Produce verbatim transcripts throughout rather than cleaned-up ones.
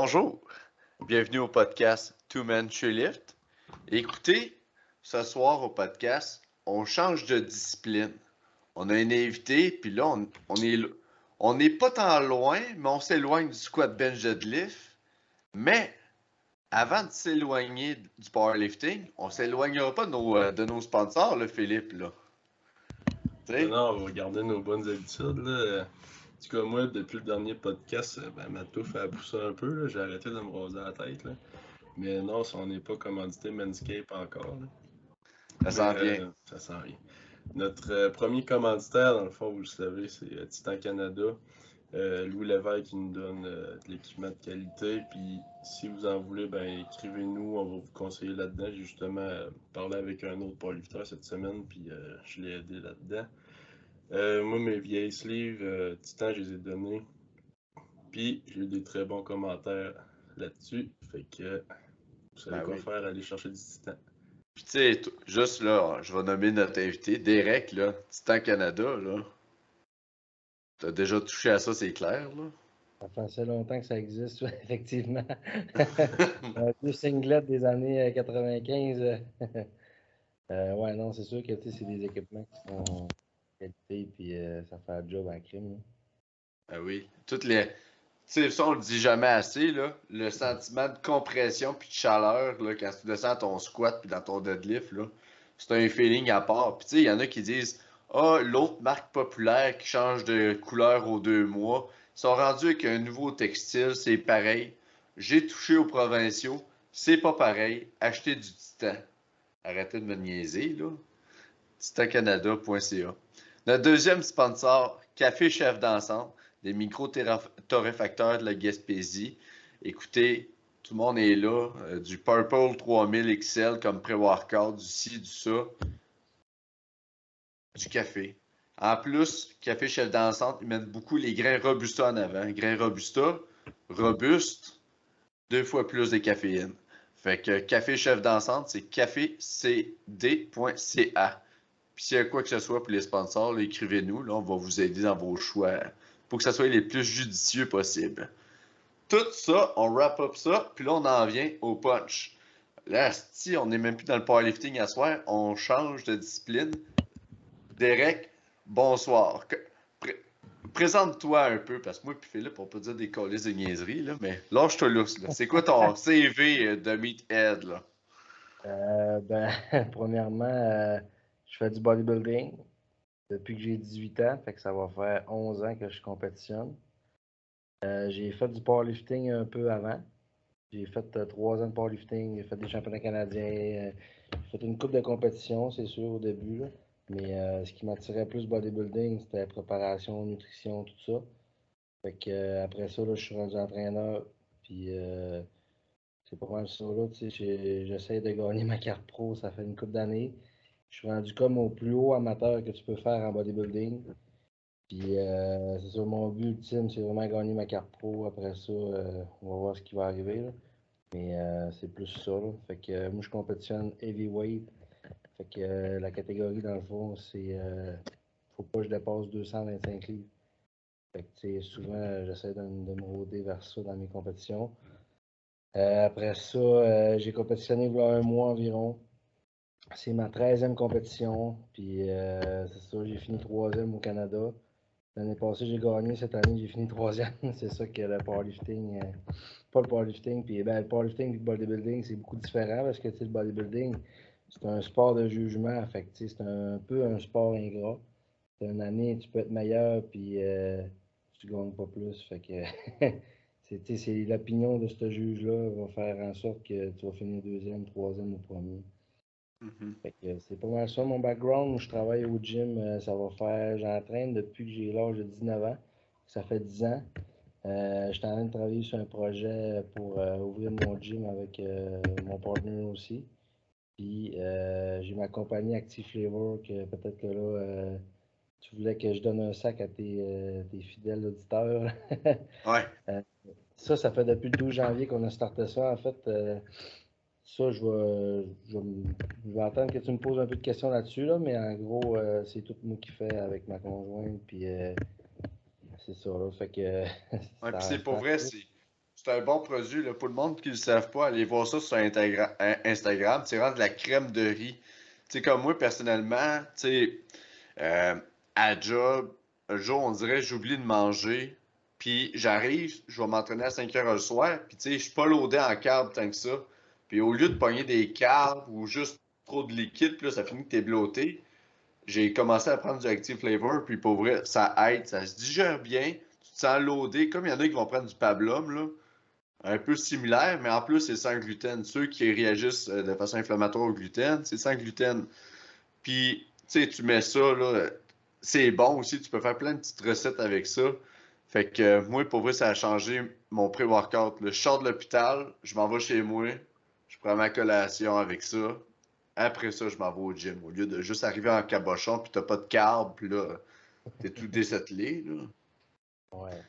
Bonjour, bienvenue au podcast Two Men Chairlift. Écoutez, ce soir au podcast, on change de discipline. On a un invité, puis là, on, on est on n'est pas tant loin, mais on s'éloigne du squat bench deadlift. Mais avant de s'éloigner du powerlifting, on s'éloignera pas de nos, de nos sponsors, là, Philippe. Là. Non, non, on va garder nos bonnes habitudes. Là. En tout cas, moi, depuis le dernier podcast, ben, ma touffe a poussé un peu. Là. J'ai arrêté de me raser la tête. Là. Mais non, on n'est pas commandité Manscaped encore. Là. Ça s'en Mais, vient. euh, ça sent rien. Notre euh, premier commanditaire, dans le fond, vous le savez, c'est euh, Titan Canada. Euh, Louis Lévesque qui nous donne euh, de l'équipement de qualité. Puis si vous en voulez, ben écrivez-nous, on va vous conseiller là-dedans. J'ai justement euh, parlé avec un autre powerlifter cette semaine, puis euh, je l'ai aidé là-dedans. Euh, moi, mes vieilles sleeves, euh, Titan, je les ai donnés. Puis j'ai eu des très bons commentaires là-dessus. Fait que vous savez Ben quoi oui. faire, aller chercher du Titan. Puis tu sais, t- juste là, je vais nommer notre invité, Derek, là, Titan Canada, là. T'as déjà touché à ça, c'est clair, là? Ça fait assez longtemps que ça existe, ouais, effectivement. Un deux singlets des années euh, quatre-vingt-quinze. euh, euh, ouais, non, c'est sûr que tu sais, c'est des équipements qui sont de qualité, puis euh, ça fait un job en crime. Là. Ah oui. Toutes les. Tu sais, ça, on le dit jamais assez, là. Le sentiment de compression puis de chaleur, là, quand tu descends ton squat puis dans ton deadlift, là, c'est un feeling à part. Puis tu sais, il y en a qui disent ah, l'autre marque populaire qui change de couleur aux deux mois, ils sont rendus avec un nouveau textile, c'est pareil. J'ai touché aux provinciaux, c'est pas pareil. Achetez du titan. Arrêtez de me niaiser, là. titan canada point c a. Notre deuxième sponsor, Café Chef d'Ensemble, des micro-torréfacteurs de la Gaspésie. Écoutez, tout le monde est là. Euh, du Purple trois mille X L comme pré-workout, du ci, du ça. Du café. En plus, Café Chef d'Ensemble, ils mettent beaucoup les grains Robusta en avant. Grains Robusta, robuste, deux fois plus de caféine. Fait que Café Chef d'Ensemble, c'est café c d point c a. Puis s'il y a quoi que ce soit pour les sponsors, là, écrivez-nous. Là, on va vous aider dans vos choix pour que ça soit les plus judicieux possible. Tout ça, on wrap up ça, puis là, on en vient au punch. Là, si on n'est même plus dans le powerlifting à soir, on change de discipline. Derek, bonsoir. Pré- Présente-toi un peu, parce que moi et Philippe, on peut dire des colis de niaiseries, là, mais lâche-toi lousse. Là. C'est quoi ton C V de Meathead, là? Euh, ben, premièrement, euh, je fais du bodybuilding depuis que j'ai dix-huit ans, fait que ça va faire onze ans que je compétitionne. Euh, j'ai fait du powerlifting un peu avant. J'ai fait euh, trois ans de powerlifting, j'ai fait des championnats canadiens, euh, j'ai fait une coupe de compétition, c'est sûr, au début. Là. Mais euh, ce qui m'attirait plus bodybuilding, c'était la préparation, nutrition, tout ça. Fait que euh, après ça, là, je suis rendu entraîneur. Puis euh, c'est pas mal ça, là. Tu sais, j'essaie de gagner ma carte pro, ça fait une couple d'années. Je suis rendu comme au plus haut amateur que tu peux faire en bodybuilding. Puis euh, c'est ça, mon but ultime, c'est vraiment gagner ma carte pro. Après ça, euh, on va voir ce qui va arriver. Là. Mais euh, c'est plus ça. Là. Fait que euh, moi, je compétitionne heavyweight. Fait que euh, la catégorie, dans le fond, c'est. Euh, faut pas que je dépasse deux cent vingt-cinq livres. Fait que, tu sais, souvent, euh, j'essaie de, de me rôder vers ça dans mes compétitions. Euh, après ça, euh, j'ai compétitionné il y a un mois environ. C'est ma treizième compétition. Puis euh, c'est ça, j'ai fini troisième au Canada. L'année passée, j'ai gagné. Cette année, j'ai fini troisième. C'est ça que le powerlifting. Euh, pas le powerlifting. Puis ben, le powerlifting et le bodybuilding, c'est beaucoup différent parce que tu sais, le bodybuilding, c'est un sport de jugement. Fait que, tu sais, c'est un peu un sport ingrat. Une année, tu peux être meilleur, puis euh, tu gagnes pas plus. Fait que c'est, tu sais, c'est l'opinion de ce juge-là va faire en sorte que tu vas finir deuxième, troisième ou premier. Mhm. Fait que c'est pas mal ça mon background. Je travaille au gym, euh, ça va faire, j'entraîne depuis que j'ai l'âge de dix-neuf ans. Ça fait dix ans. Euh, je suis en train de travailler sur un projet pour euh, ouvrir mon gym avec euh, mon partner aussi. Puis euh, j'ai ma compagnie Active Flavor que peut-être que là, euh, tu voulais que je donne un sac à tes, euh, tes fidèles auditeurs. Ouais. Euh, ça, ça fait depuis le douze janvier qu'on a starté ça. En fait, euh, ça, je vais, je, vais me- je vais attendre que tu me poses un peu de questions là-dessus, là, mais en gros, euh, c'est tout moi qui fais avec ma conjointe, puis euh, c'est ça, là. Fait que Ouais, puis ça, c'est pour ça- vrai, c'est c'est un bon produit. Là. Pour le monde qui ne le savent pas, allez voir ça sur Integra- in- Instagram. C'est vraiment de la crème de riz. Tu sais, comme moi, personnellement, tu sais, euh, à job, un jour, on dirait, j'oublie de manger. Puis j'arrive, je vais m'entraîner à cinq heures le soir. Puis tu sais, je suis pas loadé en carbs tant que ça. Puis au lieu de pogner des carbs ou juste trop de liquide, puis là, ça finit que t'es bloaté. J'ai commencé à prendre du Active Flavor, puis pour vrai, ça aide, ça se digère bien, tu te sens loadé, comme il y en a qui vont prendre du Pablum, là, un peu similaire, mais en plus, c'est sans gluten. Ceux qui réagissent euh, de façon inflammatoire au gluten, c'est sans gluten. Puis, tu sais, tu mets ça, là, c'est bon aussi, tu peux faire plein de petites recettes avec ça. Fait que euh, moi, pour vrai, ça a changé mon pré-workout. là. Je sors de l'hôpital, je m'en vais chez moi, je prends ma collation avec ça. Après ça, je m'en vais au gym. Au lieu de juste arriver en cabochon, puis t'as pas de carbs, puis là, t'es tout désettelé, là. Ouais.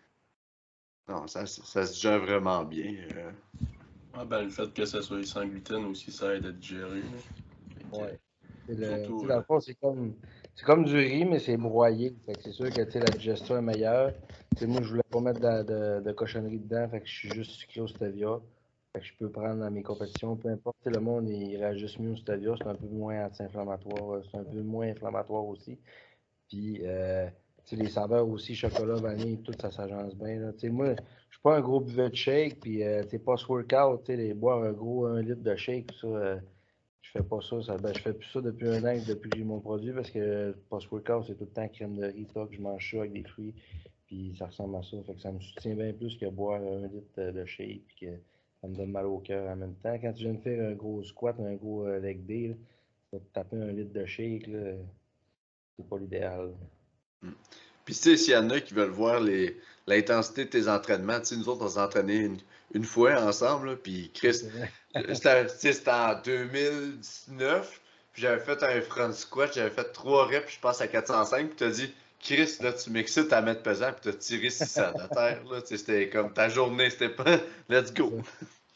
Non, ça, ça, ça se digère vraiment bien. euh. Ah ben, le fait que ça soit sans gluten aussi, ça aide à digérer. Là. Fait que, Ouais. C'est le, tu surtout, sais, dans euh, le fond, c'est comme, c'est comme du riz, mais c'est broyé. Fait que c'est sûr que tu sais, la digestion est meilleure. Tu sais, moi, je voulais pas mettre de, de, de cochonnerie dedans, fait que je suis juste sucré au stevia. Fait que je peux prendre dans mes compétitions, peu importe. Tu sais, le monde, il réagit mieux au stevia, c'est un peu moins anti-inflammatoire, euh, c'est un peu moins inflammatoire aussi. Puis, euh, tu sais, les saveurs aussi, chocolat, vanille, tout ça s'agence bien. Là. Tu sais, moi, je suis pas un gros buveur de shake, puis, euh, tu sais, post-workout, tu sais, les boire un gros un litre de shake, tout ça. euh, je fais pas ça, ça ben, je fais plus ça depuis un an, depuis que j'ai mon produit, parce que post-workout, c'est tout le temps crème de riz, toc, je mange ça avec des fruits, puis ça ressemble à ça. Fait que ça me soutient bien plus que boire un litre de shake, puis que ça me donne mal au cœur en même temps. Quand tu viens de faire un gros squat, un gros euh, leg day, là, tu vas te taper un litre de shake, là, c'est pas l'idéal. Mm. Puis, tu sais, s'il y en a qui veulent voir les, l'intensité de tes entraînements, tu sais, nous autres, on s'est entraînés une, une fois ensemble, là, puis Ouais, Chris, c'est vrai. c'était tu sais, c'était en deux mille dix-neuf, puis j'avais fait un front squat, j'avais fait trois reps, je pense à quatre cent cinq, puis t'as dit, Chris, là, tu m'excites à mettre pesant, puis t'as tiré six cents de terre, là, tu sais, c'était comme ta journée, c'était pas, let's C'est go. ça.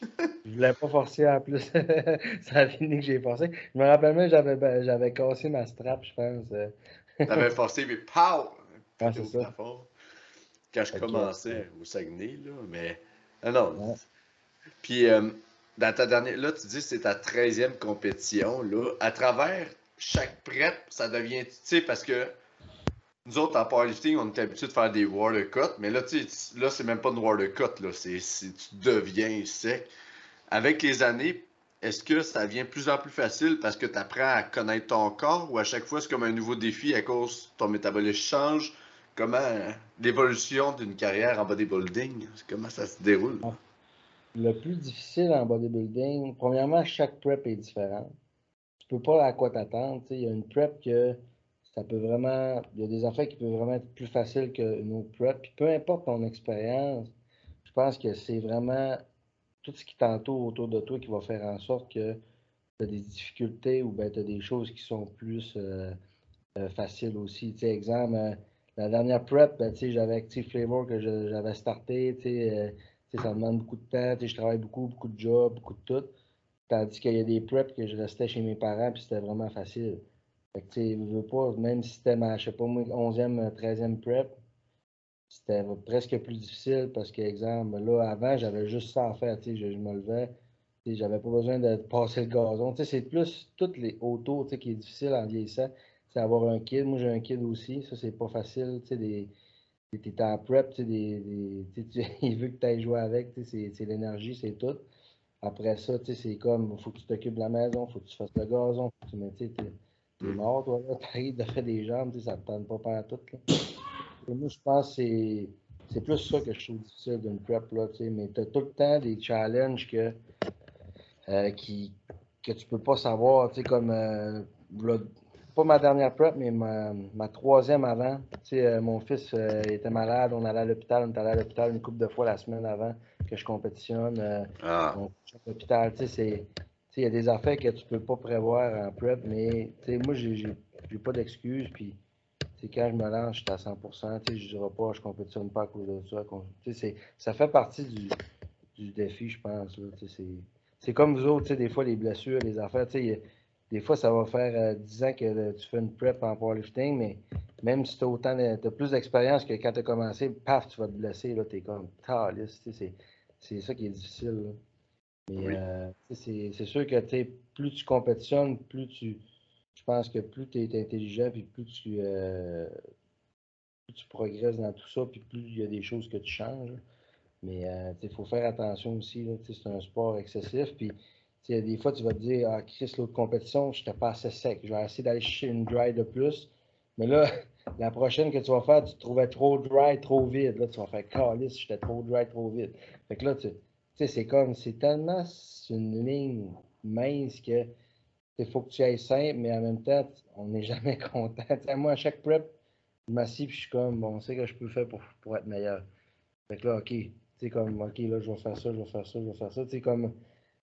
Je voulais pas forcer en plus. Ça a fini que j'ai forcé. Je me rappelle même, j'avais ben, j'avais cassé ma strap, je pense. euh. T'avais forcé, puis pow! Ouais, Pété c'est au ça. plafond. Quand je Fait que, euh, commençais au Saguenay, là, mais, ah non, ouais. puis, euh, dans ta dernière, là, tu dis que c'est ta treizième compétition, là. À travers chaque prep, ça devient, tu sais, parce que nous autres, en powerlifting, on est habitué de faire des water cuts, mais là, tu sais, là, c'est même pas une water cut, là. C'est, c'est- tu deviens sec. Avec les années, est-ce que ça devient de plus en plus facile parce que tu apprends à connaître ton corps ou à chaque fois, c'est comme un nouveau défi à cause que ton métabolisme change? Comment euh, l'évolution d'une carrière en bodybuilding, comment ça se déroule? Le plus difficile en bodybuilding, premièrement, chaque prep est différente. Tu peux pas à quoi t'attendre. Tu sais, il y a une prep que ça peut vraiment. Il y a des affaires qui peuvent vraiment être plus faciles qu'une autre prep. Puis peu importe ton expérience, je pense que c'est vraiment tout ce qui t'entoure autour de toi qui va faire en sorte que tu as des difficultés ou ben tu as des choses qui sont plus euh, euh, faciles aussi. Tu sais, exemple, euh, la dernière prep, ben, tu sais, j'avais Active Flavor que je- j'avais starté. Tu sais, euh, tu sais, ça demande beaucoup de temps. Tu sais, je travaille beaucoup, beaucoup de jobs, beaucoup de tout. Tandis qu'il y a des preps que je restais chez mes parents, puis c'était vraiment facile. Fait que, tu sais, je veux pas, même si c'était ma, je sais pas moi, onzième, treizième prep, c'était presque plus difficile parce que, exemple, là, avant, j'avais juste ça à faire, tu sais, je, je me levais, tu sais, j'avais pas besoin de passer le gazon. Tu sais, c'est plus toutes les autos, tu sais, qui est difficile en vieillissant, c'est avoir un kid. Moi, j'ai un kid aussi, ça, c'est pas facile, tu sais, des, t'es en prep, tu sais, des, des- tu sais, tu- il veut que tu ailles jouer avec, tu sais, c'est c'est l'énergie, c'est tout. Après ça, tu sais, c'est comme, faut que tu t'occupes de la maison, faut que tu fasses le gazon, faut que tu, mais tu sais, t'es, t'es Hmm. mort, toi, là, t'arrives de faire des jambes, tu sais, ça te tente pas par tout, là. Et moi, je pense que c'est, c'est plus ça que je trouve difficile d'une prep, là, tu sais, mais t'as tout le temps des challenges que, euh, qui, que tu peux pas savoir, tu sais, comme, euh, là, pas ma dernière prep, mais ma, ma troisième avant, tu sais, euh, mon fils euh, était malade, on allait à l'hôpital, on est allé à l'hôpital une couple de fois la semaine avant que je compétitionne, euh, Ah, on couche à l'hôpital, tu sais, c'est, tu sais, il y a des affaires que tu peux pas prévoir en prep, mais, tu sais, moi, j'ai, j'ai, j'ai pas d'excuses, puis, tu sais, quand je me lance, je suis à cent pour cent, tu sais, je dirais pas, je compétitionne pas à cause de ça, tu sais, c'est, ça fait partie du, du défi, je pense, là, tu sais, c'est, c'est comme vous autres, tu sais, des fois, les blessures, les affaires, tu sais, y a- des fois, ça va faire euh, dix ans que euh, tu fais une prep en powerlifting, mais même si tu as autant de, t'as plus d'expérience que quand tu as commencé, paf, tu vas te blesser, là, tu es comme, calice, tu sais, c'est, c'est ça qui est difficile. Là. Mais Oui. euh, c'est, c'est sûr que t'sais, plus tu compétitionnes, plus tu. Je pense que plus tu es intelligent, puis plus tu, euh, plus tu progresses dans tout ça, puis plus il y a des choses que tu changes. Mais euh, il faut faire attention aussi. Là, c'est un sport excessif. Puis des fois, tu vas te dire, ah, Chris, l'autre compétition, je n'étais pas assez sec. Je vais essayer d'aller chercher une dry de plus. Mais là, la prochaine que tu vas faire, tu te trouvais trop dry, trop vide. Là, tu vas faire calice, j'étais trop dry, trop vide. Fait que là, tu sais, c'est comme, c'est tellement c'est une ligne mince que il faut que tu ailles simple, mais en même temps, on n'est jamais content. T'sais, moi, à chaque prep, je m'assieds et je suis comme, bon, on sait que je peux faire pour, pour être meilleur. Fait que là, OK, tu sais, comme, OK, là, je vais faire ça, je vais faire ça, je vais faire ça. Tu sais, comme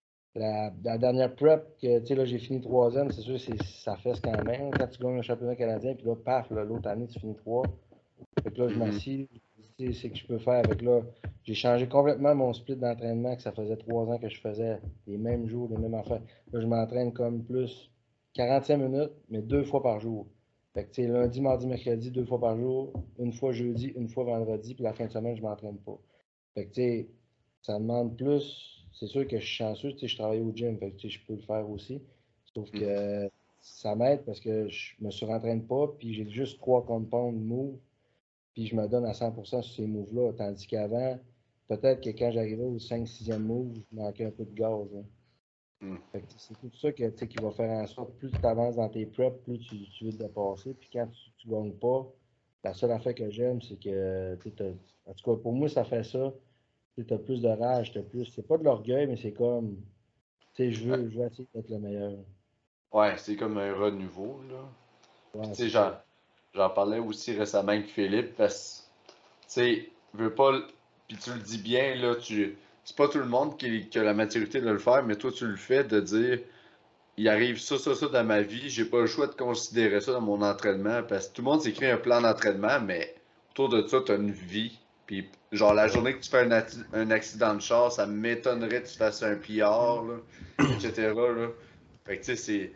la, la dernière prep, que, tu sais, là, j'ai fini troisième, c'est sûr, c'est, ça fesse quand même. Quand tu gagnes le championnat canadien, puis là, paf, là, l'autre année, tu finis trois. Fait que là, je Mhm. m'assieds, tu sais, c'est que je peux faire. Avec là, j'ai changé complètement mon split d'entraînement, que ça faisait trois ans que je faisais les mêmes jours, les mêmes affaires. Là, je m'entraîne comme plus quarante-cinq minutes, mais deux fois par jour. Fait que, tu sais, lundi, mardi, mercredi, deux fois par jour, une fois jeudi, une fois vendredi, puis la fin de semaine, je m'entraîne pas. Fait que, tu sais, ça demande plus. C'est sûr que je suis chanceux, tu sais, je travaille au gym, fait que, tu sais, je peux le faire aussi. Sauf Mhm. que ça m'aide parce que je me surentraîne pas, puis j'ai juste trois compounds move, puis je me donne à cent pour cent sur ces moves-là. Tandis qu'avant, peut-être que quand j'arrivais au cinq sixième move, je manquais un peu de gaz. Hein. Mhm. Fait que c'est tout ça que, tu sais, qui va faire en sorte, plus tu avances dans tes preps, plus tu, tu veux te dépasser. Puis quand tu ne gagnes pas, la seule affaire que j'aime, c'est que, tu sais, t'as- en tout cas, pour moi, ça fait ça. Tu as plus de rage, t'as plus. C'est pas de l'orgueil, mais c'est comme, tu sais, je Ouais, veux, je veux essayer d'être le meilleur. Ouais, c'est comme un renouveau, là. Puis, Ouais, tu sais, c'est ça. j'en, j'en parlais aussi récemment avec Philippe, parce que, tu sais, veux pas, le- puis tu le dis bien, là, tu, c'est pas tout le monde qui, qui a la maturité de le faire, mais toi, tu le fais de dire, il arrive ça, ça, ça dans ma vie, j'ai pas le choix de considérer ça dans mon entraînement, parce que tout le monde s'écrit un plan d'entraînement, mais autour de ça, t'as une vie. Puis, genre, la Ouais. journée que tu fais un, atti- un accident de char, ça m'étonnerait que tu fasses un P R, là, et cetera, là. Fait que, tu sais, c'est,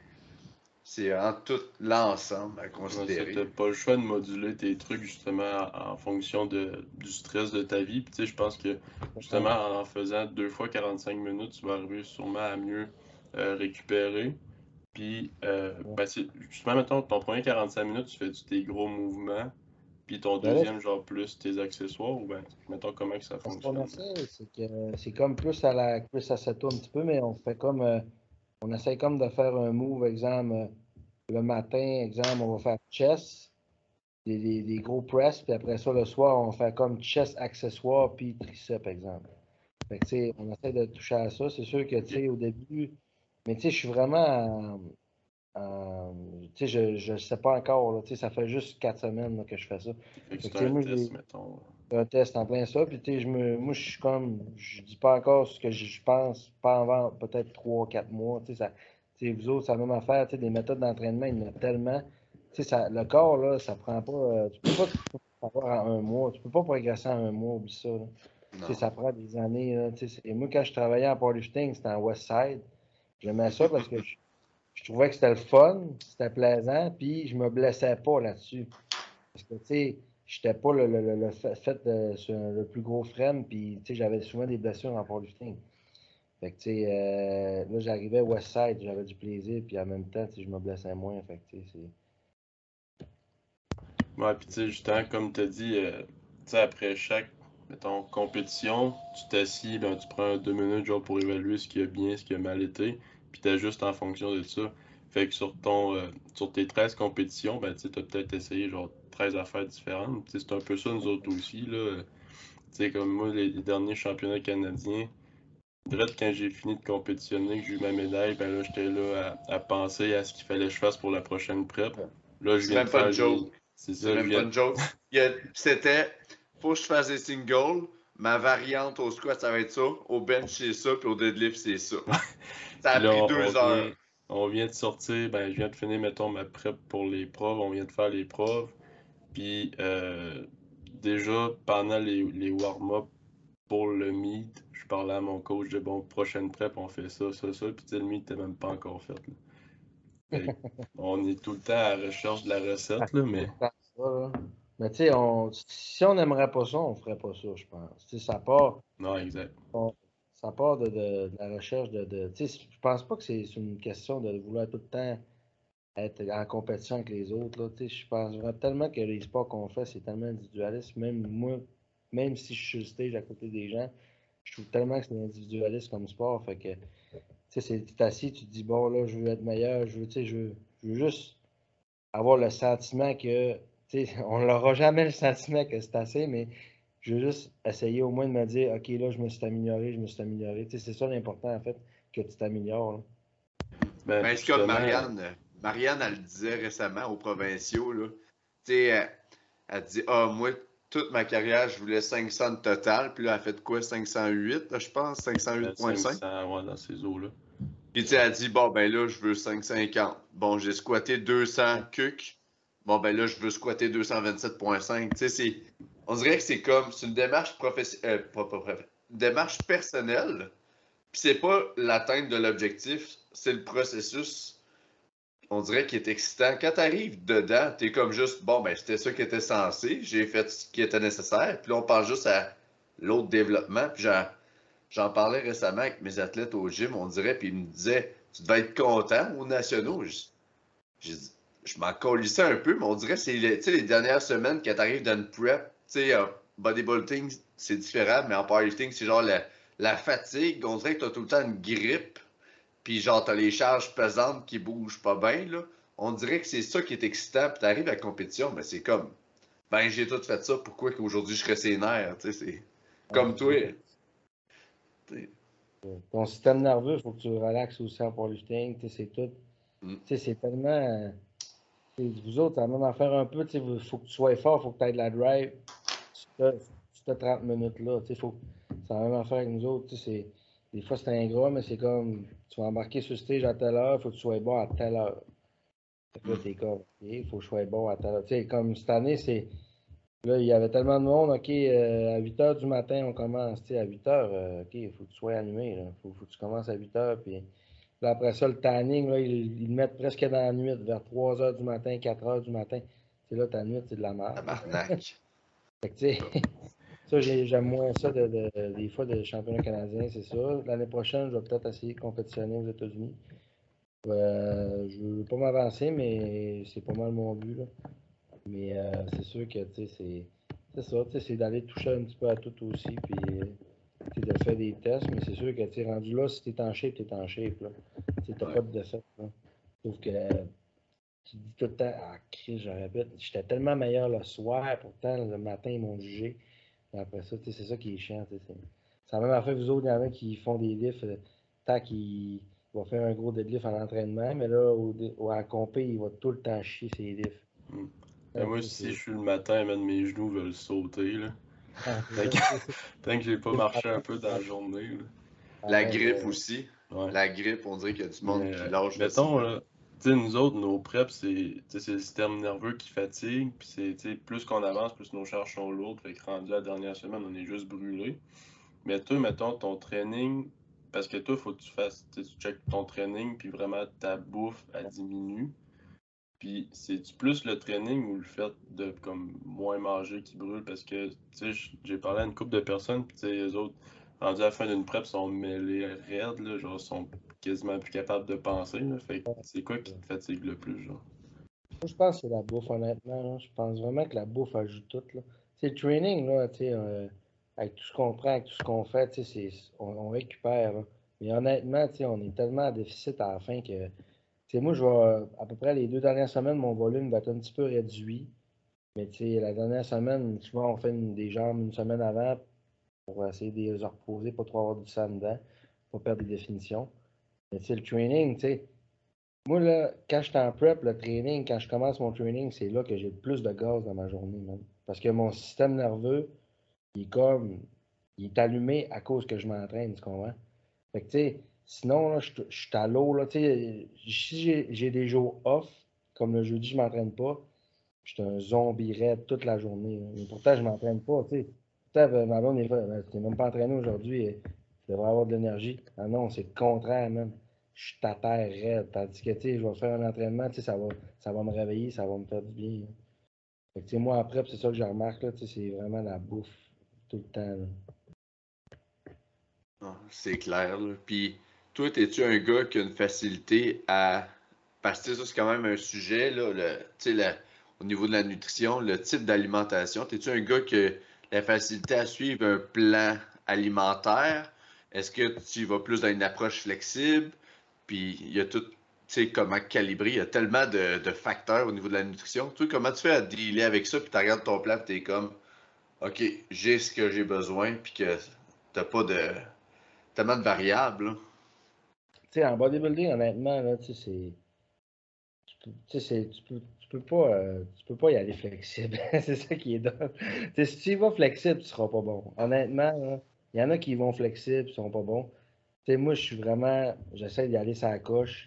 c'est en tout l'ensemble à Ouais, ça, considérer. t'as pas le choix de moduler tes trucs justement en, en fonction de, du stress de ta vie. Puis tu sais, je pense que justement en en faisant deux fois quarante-cinq minutes, tu vas arriver sûrement à mieux euh, récupérer. Puis, euh, Ouais. ben c'est justement, mettons, ton premier quarante-cinq minutes, tu fais du- tes gros mouvements. Puis ton Ben là, deuxième, genre plus tes accessoires. Ou ben, mettons comment que ça ce qu'on fonctionne. essaie, c'est que c'est comme plus à la Chris Assetto un petit peu, mais on fait comme, euh, on essaie comme de faire un move, exemple, euh, le matin, exemple, on va faire chest, des, des, des gros press, puis après ça, le soir, on fait comme chest accessoire, puis tricep, exemple. Fait que, tu sais, on essaie de toucher à ça. C'est sûr que, tu Ok. sais, au début, mais tu sais, je suis vraiment en- tu sais, je ne sais pas encore, là, tu sais, ça fait juste quatre semaines là, que je fais ça. Fait que Fait que, c'est tu sais, un moi, test, j'ai mettons. un test en plein ça, puis tu sais, je me, moi, je suis comme, je dis pas encore ce que je je pense, pas avant peut-être trois, quatre mois, tu sais, ça, tu sais, vous autres, c'est la même affaire, tu sais, des méthodes d'entraînement, il y en a tellement, tu sais, ça, le corps, là, ça prend pas, euh, tu peux pas tout avoir en un mois, tu peux pas progresser en un mois, oublie ça, là. Tu sais, Non. ça prend des années, là, tu sais, c'est- et moi, quand je travaillais en powerlifting, c'était en West Side, j'aimais ça parce que je, je trouvais que c'était le fun, c'était plaisant, puis je me blessais pas là-dessus. Parce que, tu sais, j'étais pas le, le, le, le fait fait de, sur le plus gros frame, puis, tu sais, j'avais souvent des blessures en powerlifting. Fait que, tu sais, euh, là, j'arrivais à Westside, j'avais du plaisir, puis en même temps, tu sais, je me blessais moins. Fait que, tu sais, c'est. Ouais, puis tu sais, justement, comme tu as dit, euh, tu sais, après chaque, mettons, compétition, tu t'assis, ben, tu prends deux minutes, genre, pour évaluer ce qui a bien, ce qui a mal été, puis t'ajustes en fonction de ça. Fait que sur ton, euh, sur tes treize compétitions, ben, tu sais, t'as peut-être essayé, genre, treize affaires différentes. Tu sais, c'est un peu ça, nous autres aussi, là. Tu sais, comme moi, les, les derniers championnats canadiens, direct quand j'ai fini de compétitionner, que j'ai eu ma médaille, ben là, j'étais là à, à penser à ce qu'il fallait que je fasse pour la prochaine prep. Là, je C'est viens de même pas faire une les... joke. C'est C'est ça, je même pas viens... une joke. Il y a- C'était, faut que je fasse des singles. Ma variante au squat, ça va être ça. Au bench, c'est ça. Puis au deadlift, c'est ça. Ça Puis a là, pris on, on deux vient, heures. on vient de sortir, ben, je viens de finir, mettons, ma prep pour les profs, on vient de faire les profs. Puis euh, déjà, pendant les, les warm-up pour le meet, je parlais à mon coach de bon, prochaine prep, on fait ça, ça, ça. Puis tu sais, le meet n'était même pas encore fait, là. Fait que on est tout le temps à la recherche de la Ah, recette, là, tout mais le temps ça, là. Mais tu sais, on, si on n'aimerait pas ça, on ferait pas ça, je pense. Tu sais, ça part, Non, exact. on- ça part de, de- de la recherche de, de- tu sais, je pense pas que c'est c'est une question de vouloir tout le temps être en compétition avec les autres, là. Tu sais, je pense vraiment tellement que les sports qu'on fait, c'est tellement individualiste. Même moi, même si je suis sur le stage à côté des gens, je trouve tellement que c'est individualiste comme sport. Fait que, tu sais, c'est- tu t'assis, tu te dis, bon, là, je veux être meilleur, je veux, tu sais, je veux, je veux juste avoir le sentiment que, tu sais, on n'aura jamais le sentiment que c'est assez, mais je veux juste essayer au moins de me dire, OK, là, je me suis amélioré, je me suis amélioré. Tu sais, c'est ça l'important, en fait, que tu t'améliores, là. Ben, Ben, puis c'est comme justement, Marianne. euh, Marianne, elle le disait récemment aux provinciaux, là. Tu sais, elle, elle dit, ah, moi, toute ma carrière, je voulais cinq cents de total. Puis là, elle a fait quoi, cinq cent huit, là, je pense, ben, cinq cent huit virgule cinq. cinq cents, ouais, dans ces eaux-là. Puis, tu sais, elle dit, bon, ben là, je veux cinq cent cinquante. Bon, j'ai squatté deux cents cucs. Bon, ben là, je veux squatter deux cent vingt-sept virgule cinq. Tu sais, c'est. On dirait que c'est comme. C'est une démarche professionnelle. Euh, pas, pas, pas- une démarche personnelle. Puis c'est pas l'atteinte de l'objectif, c'est le processus. On dirait qu'il est excitant. Quand t'arrives dedans, t'es comme juste, bon, ben, c'était ça qui était censé, j'ai fait ce qui était nécessaire. Puis là, on parle juste à l'autre développement. Puis j'en, j'en parlais récemment avec mes athlètes au gym, on dirait, puis ils me disaient, tu devais être content aux nationaux. Je, j'ai dit, je m'en colissais un peu, mais on dirait que c'est les, tu sais, les dernières semaines quand t'arrives dans une prep, tu sais, en bodybuilding, c'est différent, mais en powerlifting, c'est genre la, la fatigue. On dirait que t'as tout le temps une grippe, puis genre t'as les charges pesantes qui bougent pas bien, là. On dirait que c'est ça qui est excitant, puis t'arrives à la compétition, mais c'est comme, ben j'ai tout fait ça, pourquoi qu'aujourd'hui je serais ses nerfs, tu sais, c'est Ouais, comme c'est toi. ça. T'sais. Ton système nerveux, il faut que tu le relaxes aussi en powerlifting, tu sais, c'est tout. Mm. Tu sais, c'est tellement. Tu sais, vous autres, ça a même à faire un peu, tu sais, il faut que tu sois fort, il faut que tu aies de la drive. Tu as trente minutes là, tu sais, faut. Ça a même à faire avec nous autres, tu sais, c'est. Des fois, c'est ingrat, mais c'est comme, tu vas embarquer sur le stage à telle heure, il faut que tu sois bon à telle heure. Fait que là, Mm. t'es comme, OK, il faut que je sois bon à telle heure. Tu sais, comme cette année, c'est. Là, il y avait tellement de monde, OK, euh, à huit heures du matin, on commence. Tu sais, à huit heures, euh, OK, il faut que tu sois animé. Il faut, faut que tu commences à huit heures. Puis là, après ça, le tanning, là, ils, ils le mettent presque dans la nuit, vers trois heures du matin, quatre heures du matin. C'est là, ta nuit, c'est de la merde. Tabarnak. Fait que, tu sais, ça, j'ai- j'aime moins ça de, de- des fois de championnat canadien, c'est ça. L'année prochaine, je vais peut-être essayer de compétitionner aux États-Unis. Euh, je veux pas m'avancer, mais c'est pas mal mon but, là. Mais euh, c'est sûr que, tu sais, c'est. C'est ça, tu sais, c'est d'aller toucher un petit peu à tout aussi, puis euh, tu sais, de faire des tests, mais c'est sûr que, tu sais, rendu là, si t'es en shape, t'es en shape, là. Tu sais, t'as Ouais. pas de défaite, là. Sauf que euh, tu dis tout le temps, ah, Chris, je répète, j'étais tellement meilleur le soir, pourtant, le matin, ils m'ont jugé. Et après ça, tu sais, c'est ça qui est chiant, tu sais. c'est- Ça a même affaire, vous autres, il y en a qui font des lifts, euh, tac, ils vont faire un gros deadlift en entraînement, mais là, au, dé- au, à compé, il va tout le temps chier ses lifts. Hmm. Ben, Ouais, moi, tu sais, si je c'est. suis le matin, man, mes genoux veulent sauter, là. Ah, c'est Tant ça, que, tu sais, c'est tant que j'ai pas c'est le marché un matin, peu dans la journée, là. La arrête grippe de. aussi. Ouais. La grippe, on dirait qu'il y a du monde Mais, qui euh, lâche mettons, facilement. là, tu sais, nous autres, nos preps, c'est tu sais, c'est le système nerveux qui fatigue, puis c'est, tu sais, plus qu'on avance, plus nos charges sont lourdes, fait que rendu la dernière semaine, on est juste brûlé. Mais toi, mettons, ton training, parce que toi, faut que tu fasses, tu sais, tu checkes ton training, puis vraiment ta bouffe, elle diminue. Puis c'est-tu plus le training ou le fait de comme moins manger qui brûle? Parce que, tu sais, j- j'ai parlé à une couple de personnes, puis tu sais, les autres, rendus à la fin d'une prep, sont mêlés raides, là, genre, sont quasiment plus capables de penser, là. Fait que c'est quoi qui te fatigue le plus, genre? Moi, je pense que c'est la bouffe, honnêtement, là. Je pense vraiment que la bouffe ajoute tout, là. C'est le training, là, tu sais, euh, avec tout ce qu'on prend, avec tout ce qu'on fait, tu sais, c'est- on, on récupère, là. Mais honnêtement, tu sais, on est tellement à déficit à la fin que, tu sais, moi, je vais, à peu près les deux dernières semaines, mon volume va être un petit peu réduit. Mais, tu sais, la dernière semaine, souvent, on fait une- des jambes une semaine avant pour essayer de les reposer, pas trop avoir du sang dedans, pas perdre des définitions. Mais, tu sais, le training, tu sais, moi, là, quand je suis en prep, le training, quand je commence mon training, c'est là que j'ai le plus de gaz dans ma journée, man. Parce que mon système nerveux, il est comme, il est allumé à cause que je m'entraîne, tu comprends? Fait que, tu sais, sinon, là, je je suis à l'eau, là, tu sais, si j'ai j'ai des jours off, comme le jeudi, je m'entraîne pas, je suis un zombie raide toute la journée, là. Mais pourtant, je m'entraîne pas, tu sais. Pourtant, ben, ma blonde, elle t'es même pas entraîné aujourd'hui, et tu devrais avoir de l'énergie. Ah non, c'est le contraire, même. Je suis à terre raide. Tandis que, tu sais, je vais faire un entraînement, tu sais, ça va, ça va me réveiller, ça va me faire du bien, là. Fait que, tu sais, moi, après, c'est ça que je remarque, là, tu sais, c'est vraiment la bouffe tout le temps, là. Ah, c'est clair, là. Puis, toi, es-tu un gars qui a une facilité à. Parce que tu sais, ça, c'est quand même un sujet, là, le... tu sais, la- au niveau de la nutrition, le type d'alimentation. Es-tu un gars qui a la facilité à suivre un plan alimentaire? Est-ce que tu vas plus dans une approche flexible? Puis, il y a tout, tu sais, comment calibrer. Il y a tellement de, de facteurs au niveau de la nutrition. Toi, comment tu fais à dealer avec ça? Puis, tu regardes ton plan, puis t'es comme, OK, j'ai ce que j'ai besoin, puis que t'as pas de tellement de variables, là. Tu sais, en bodybuilding, honnêtement, là, tu sais, c'est. Tu peux, tu sais, c'est- tu peux, tu peux pas, euh, tu peux pas y aller flexible. C'est ça qui est drôle. Tu sais, si tu y vas flexible, tu seras pas bon. Honnêtement, là, il y en a qui y vont flexible, ils sont pas bons. Tu sais, moi, je suis vraiment. J'essaie d'y aller sur la coche.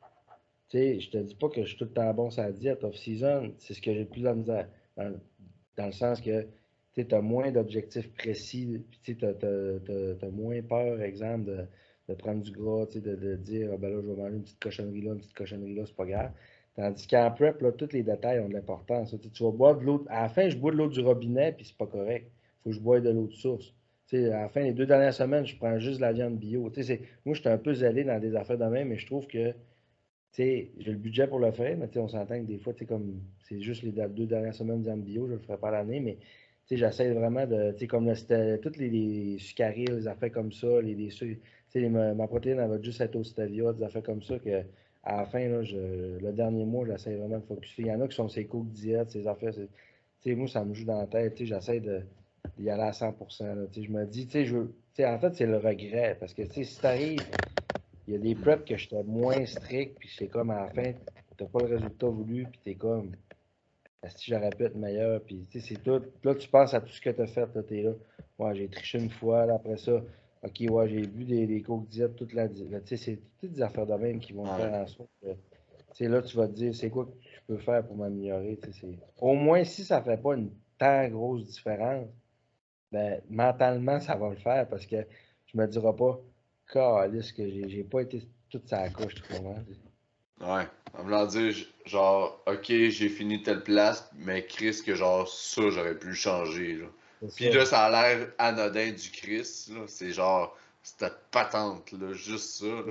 Tu sais, je te dis pas que je suis tout le temps bon sur la diète. Off-season, c'est ce que j'ai le plus de la misère. Dans, dans le sens que tu as moins d'objectifs précis. Puis tu as, moins peur, exemple, de, de prendre du gras, tu sais, de, de dire, ah ben là, je vais manger une petite cochonnerie là, une petite cochonnerie là, c'est pas grave. Tandis qu'en prep, là, tous les détails ont de l'importance. Tu sais, tu vas boire de l'eau. À la fin, je bois de l'eau du robinet, puis c'est pas correct. Il faut que je boive de l'eau de source. Tu sais, à la fin, les deux dernières semaines, je prends juste de la viande bio. Tu sais, c'est- moi, je suis un peu zélé dans des affaires de même, mais je trouve que tu sais, j'ai le budget pour le faire, mais tu sais, on s'entend que des fois, tu sais, comme c'est juste les da- deux dernières semaines de viande bio, je le ferai pas l'année, mais tu sais, j'essaie vraiment de, tu sais, comme le, c'était- toutes les, les sucreries, les affaires comme ça, les, les sucres, tu sais, les- ma, ma protéine, elle va juste être au stevia, des affaires comme ça, que à la fin, là, je, le dernier mois, j'essaie vraiment de focuser. Il y en a qui sont ces cook diètes, ces affaires, c'est- tu sais, moi, ça me joue dans la tête, tu sais, j'essaie de, d'y aller à cent pour cent, là, tu sais, je me dis, tu sais, je veux, tu sais, en fait, c'est le regret, parce que, tu sais, si t'arrives il y a des preps que j'étais moins strict, puis c'est comme à la fin, t'as pas le résultat voulu, puis t'es comme, si j'aurais pu être meilleur, puis tu sais, c'est tout. Là, tu penses à tout ce que t'as fait, là, t'es là. Ouais, j'ai triché une fois, là, après ça, ok, ouais, j'ai bu des, des coke diète toute la. Tu sais, c'est toutes des affaires de même qui vont Ouais. faire en sorte que, tu sais, là, tu vas te dire, c'est quoi que je peux faire pour m'améliorer, tu sais, c'est. Au moins, si ça fait pas une tant grosse différence, ben, mentalement, ça va le faire parce que je me dirai pas, calisse, que j'ai j'ai pas été toute sa couche, tu comprends? Ouais. En voulant dire, j- genre, OK, j'ai fini telle place, mais Chris, que genre, ça, j'aurais pu le changer, là. C'est Puis ça. là, ça a l'air anodin du Chris, là. C'est genre, cette patente, là, juste ça, là.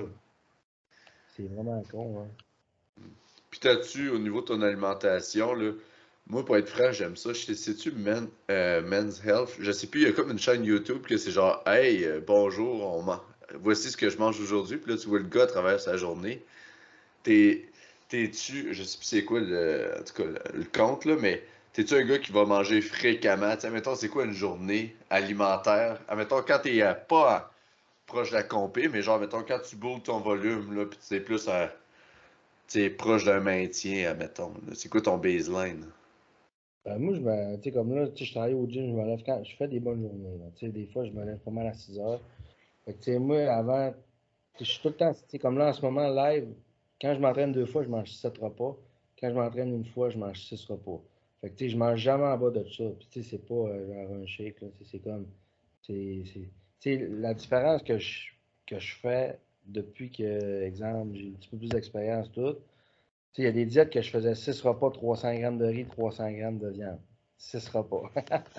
C'est vraiment con, hein. Puis t'as-tu, au niveau de ton alimentation, là, moi, pour être franc, j'aime ça. Je sais, sais-tu Men, euh, Men's Health? Je sais plus, il y a comme une chaîne YouTube que c'est genre, hey, euh, bonjour, on man- voici ce que je mange aujourd'hui. Puis là, tu vois le gars à travers sa journée. T'es, t'es-tu, je sais plus c'est quoi le, en tout cas, le, le compte, là, mais t'es-tu un gars qui va manger fréquemment? Tu sais, mettons, c'est quoi une journée alimentaire? Admettons, quand t'es euh, pas en- proche de la compé, mais genre, mettons, quand tu boules ton volume, là, pis t'es plus à, t'sais, proche d'un maintien, admettons, là. C'est quoi ton baseline? Ben, moi, je me, tu sais, comme là, tu sais, je travaille au gym, je me lève quand, je fais des bonnes journées, là. Tu sais, des fois, je me lève pas mal à six heures. Fait que, tu sais, moi, avant, tu sais, je suis tout le temps, tu sais, comme là, en ce moment, live, quand je m'entraîne deux fois, je mange sept repas. Quand je m'entraîne une fois, je mange six repas. Fait que, tu sais, je mange jamais en bas de ça. Puis, tu sais, c'est pas euh, genre un shake, là. Tu sais, c'est comme, c'est, c'est, tu sais, la différence que je, que je fais depuis que, exemple, j'ai un petit peu plus d'expérience, tout. Tu sais, il y a des diètes que je faisais six repas, trois cents grammes de riz, trois cents grammes de viande. Six repas.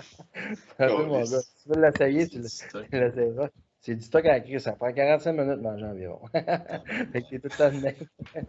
Un peu, mon gars. Câlisse. Si tu veux l'essayer, C'est tu du le- stock. tu l'essayeras. C'est du stock à la crise. Ça prend quarante-cinq minutes de manger environ. Fait que t'es tout le temps de même.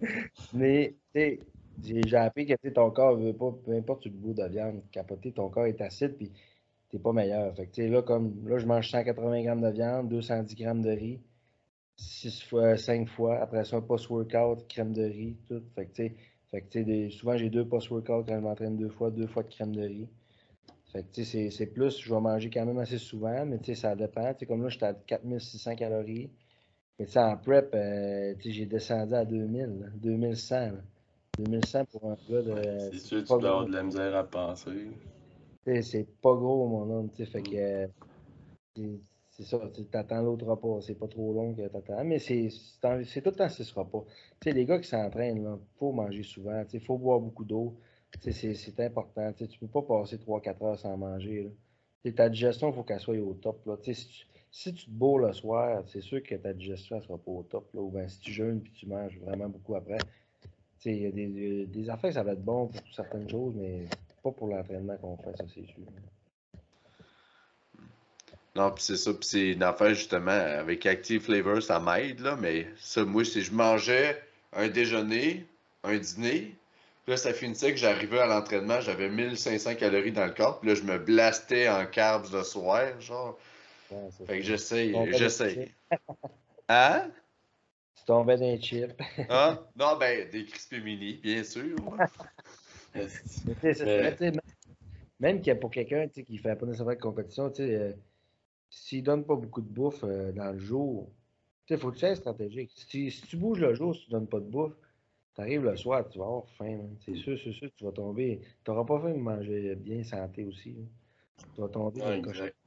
Mais, tu sais, j'ai j'ai appris que tu sais, ton corps veut pas, peu importe le goût de viande, capoter, ton corps est acide, puis t'es pas meilleur. Fait que, tu sais, là, comme, là, je mange cent quatre-vingts grammes de viande, deux cent dix grammes de riz, six fois, cinq fois. Après ça, un post-workout, crème de riz, tout. Fait que, tu sais, fait que, tu sais, des- souvent, j'ai deux post-workout quand je m'entraîne deux fois, deux fois de crème de riz. Fait que, tu sais, c'est c'est plus, je vais manger quand même assez souvent, mais tu sais, ça dépend. Tu sais, comme là, j'étais à quatre mille six cents calories. Mais tu sais, en prep, euh, tu sais, j'ai descendu à deux mille, là, deux mille cent, là. deux mille cent pour un gars Ouais, de. c'est C'est sûr que tu pas dois avoir gros. de la misère à penser. Tu sais, c'est pas gros, mon homme. Tu sais, fait que. Mm. euh, c'est c'est ça, tu attends l'autre repas, c'est pas trop long que t'attends. Mais c'est c'est en- c'est tout le temps six repas. Tu sais, les gars qui s'entraînent, il faut manger souvent, il faut boire beaucoup d'eau. Tu sais, c'est c'est important. Tu sais, tu peux pas passer trois quatre heures sans manger, là. Tu sais, ta digestion, il faut qu'elle soit au top, là. Tu sais, si tu, si tu te bourres le soir, c'est sûr que ta digestion ne sera pas au top, là. Ou bien si tu jeûnes puis tu manges vraiment beaucoup après, tu sais, il y a des, des affaires, ça va être bon pour certaines choses, mais pas pour l'entraînement qu'on fait, ça, c'est sûr. Non, puis c'est ça, puis c'est une affaire justement, avec Active Flavor, ça m'aide, là, mais ça, moi, c'est je mangeais un déjeuner, un dîner, puis là, ça finissait que j'arrivais à l'entraînement, j'avais mille cinq cents calories dans le corps, puis là, je me blastais en carbs le soir, genre. Ouais, c'est Fait que ça. Tu j'essaye, tombais dans les j'essaye. chips. Hein? Tu tombais dans les chips. Ah? Non, ben, des Crispy Mini, bien sûr. Esti. Mais tu sais, c'est ça, Mais tu sais, même même que pour quelqu'un tu sais, qui fait pas nécessairement de compétition, tu sais, euh, s'il donne pas beaucoup de bouffe euh, dans le jour, tu sais, faut que tu sois stratégique. Si tu, si tu bouges le jour, si tu donnes pas de bouffe, tu arrives le soir, tu vas avoir faim, man. C'est sûr, c'est sûr, tu vas tomber. Tu n'auras pas faim de manger bien santé aussi, là. Tu vas tomber dans non, le cochon. exact.